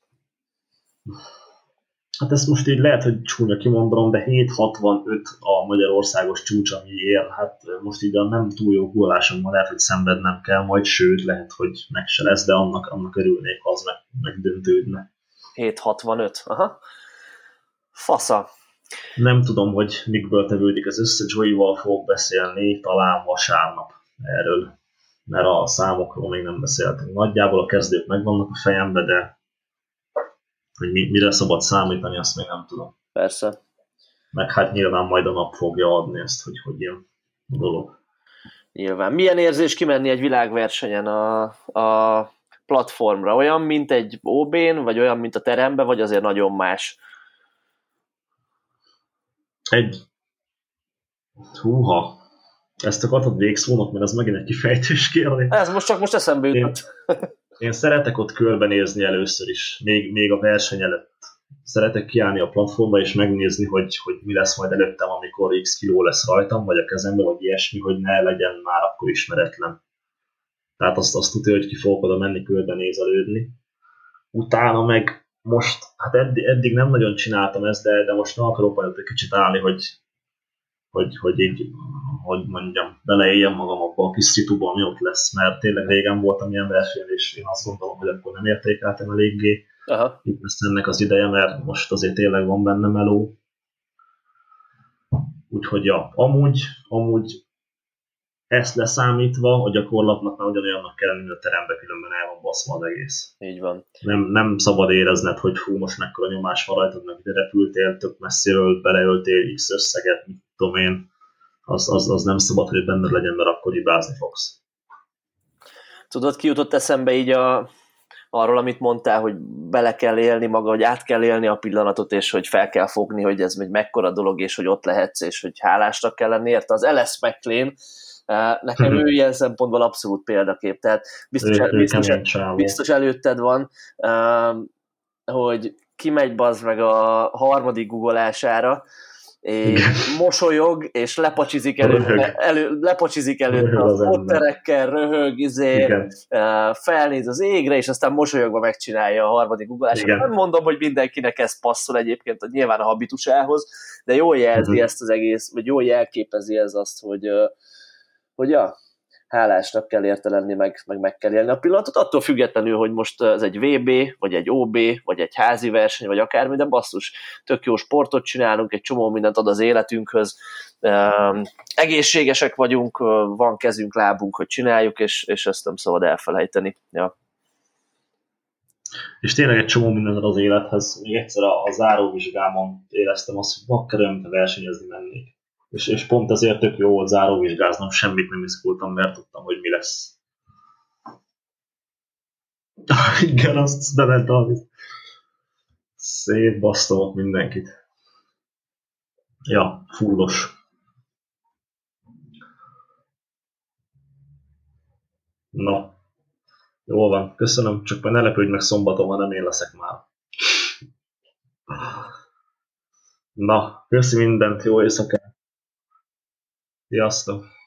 Hát ezt most így lehet, hogy csúnya kimondom, de hét hatvanöt a magyarországos csúcs, ami ér. Hát most így a nem túl jó góllásom van, lehet, hogy szenvednem kell majd, sőt, lehet, hogy meg se lesz, de annak, annak örülnék, az meg, megdöntődne. hét hatvanöt, aha. Fasza. Nem tudom, hogy mikből tevődik az össze, Joey-val fogok beszélni, talán vasárnap erről, mert a számokról még nem beszéltünk. Nagyjából a kezdők megvannak a fejembe, de hogy mi, mire szabad számítani, azt még nem tudom. Persze. Meg hát nyilván majd a nap fogja adni ezt, hogy hogy ilyen a dolog. Nyilván. Milyen érzés kimenni egy világversenyen a, a platformra? Olyan, mint egy ó bén, vagy olyan, mint a teremben, vagy azért nagyon más? Egy... Húha! Ezt akartad végszónak, mert ez megint egy kifejtős kérdés. Ez most csak most eszembe jutott. Én, én szeretek ott körbenézni először is, még, még a verseny előtt. Szeretek kiállni a platformra és megnézni, hogy, hogy mi lesz majd előttem, amikor x kiló lesz rajtam, vagy a kezemben, vagy ilyesmi, hogy ne legyen már akkor ismeretlen. Tehát azt, azt tudja, hogy ki fogok oda menni körbenézelődni. Utána meg most, hát eddig, eddig nem nagyon csináltam ezt, de, de most nem akarok majd egy kicsit állni, hogy, hogy, hogy így, hogy mondjam, beleéljem magam abba a kis szituba, ami ott lesz, mert tényleg régen voltam ilyen versenyen, és én azt gondolom, hogy akkor nem értékeltem eléggé. Aha. Itt lesz ennek az ideje, mert most azért tényleg van benne meló. Úgyhogy ja, amúgy, amúgy ezt leszámítva, a gyakorlatnak már ugyanolyannak kell lenni, mint a terembe, különben el van baszva az egész. Így van. Nem, nem szabad érezned, hogy hú, most mekkora nyomás van rajtad, meg ide repültél, tök messziről beleöltél x összeget, mit tudom én. Az, az, az nem szabad, hogy benned legyen, mert akkor hibázni fogsz. Tudod, ki jutott eszembe így a, arról, amit mondtál, hogy bele kell élni maga, hogy át kell élni a pillanatot, és hogy fel kell fogni, hogy ez egy mekkora dolog, és hogy ott lehetsz, és hogy hálásnak kell lenni érte. Az Alice McLean, nekem hmm. ő ilyen szempontból abszolút példakép, tehát biztos, ő, biztos, ő biztos előtted van, hogy kimegy bazd meg a harmadik guggolására, és mosolyog, és lepacsizik előtte, elő, lepacsizik előtte a fotterekkel, röhög, izé, felnéz az égre, és aztán mosolyogva megcsinálja a harmadik guggolását. Nem mondom, hogy mindenkinek ez passzol egyébként, hogy nyilván a habitusához, de jól jelzi uh-huh. ezt az egész, vagy jól jelképezi ez azt, hogy, hogy ja, hálásnak kell érte lenni, meg, meg meg kell élni a pillanatot, attól függetlenül, hogy most ez egy vé bé, vagy egy ó bé, vagy egy házi verseny, vagy akármi, de basszus, tök jó sportot csinálunk, egy csomó mindent ad az életünkhöz, um, egészségesek vagyunk, van kezünk, lábunk, hogy csináljuk, és, és ezt nem szabad elfelejteni. Ja. És tényleg egy csomó minden az élethez. Még egyszer a, a záróvizsgámon éreztem azt, hogy bakkerőm, te versenyezni mennék. És, és pont ezért tök jó volt záróvizsgáznom, semmit nem izgultam, mert tudtam, hogy mi lesz. Igen, azt bement a... Szétbasztam ott mindenkit. Ja, fullos. Na, jól van, köszönöm, csak már ne lepődj meg szombaton, ha nem én leszek már. Na, köszi mindent, jó éjszakát. Sziasztok!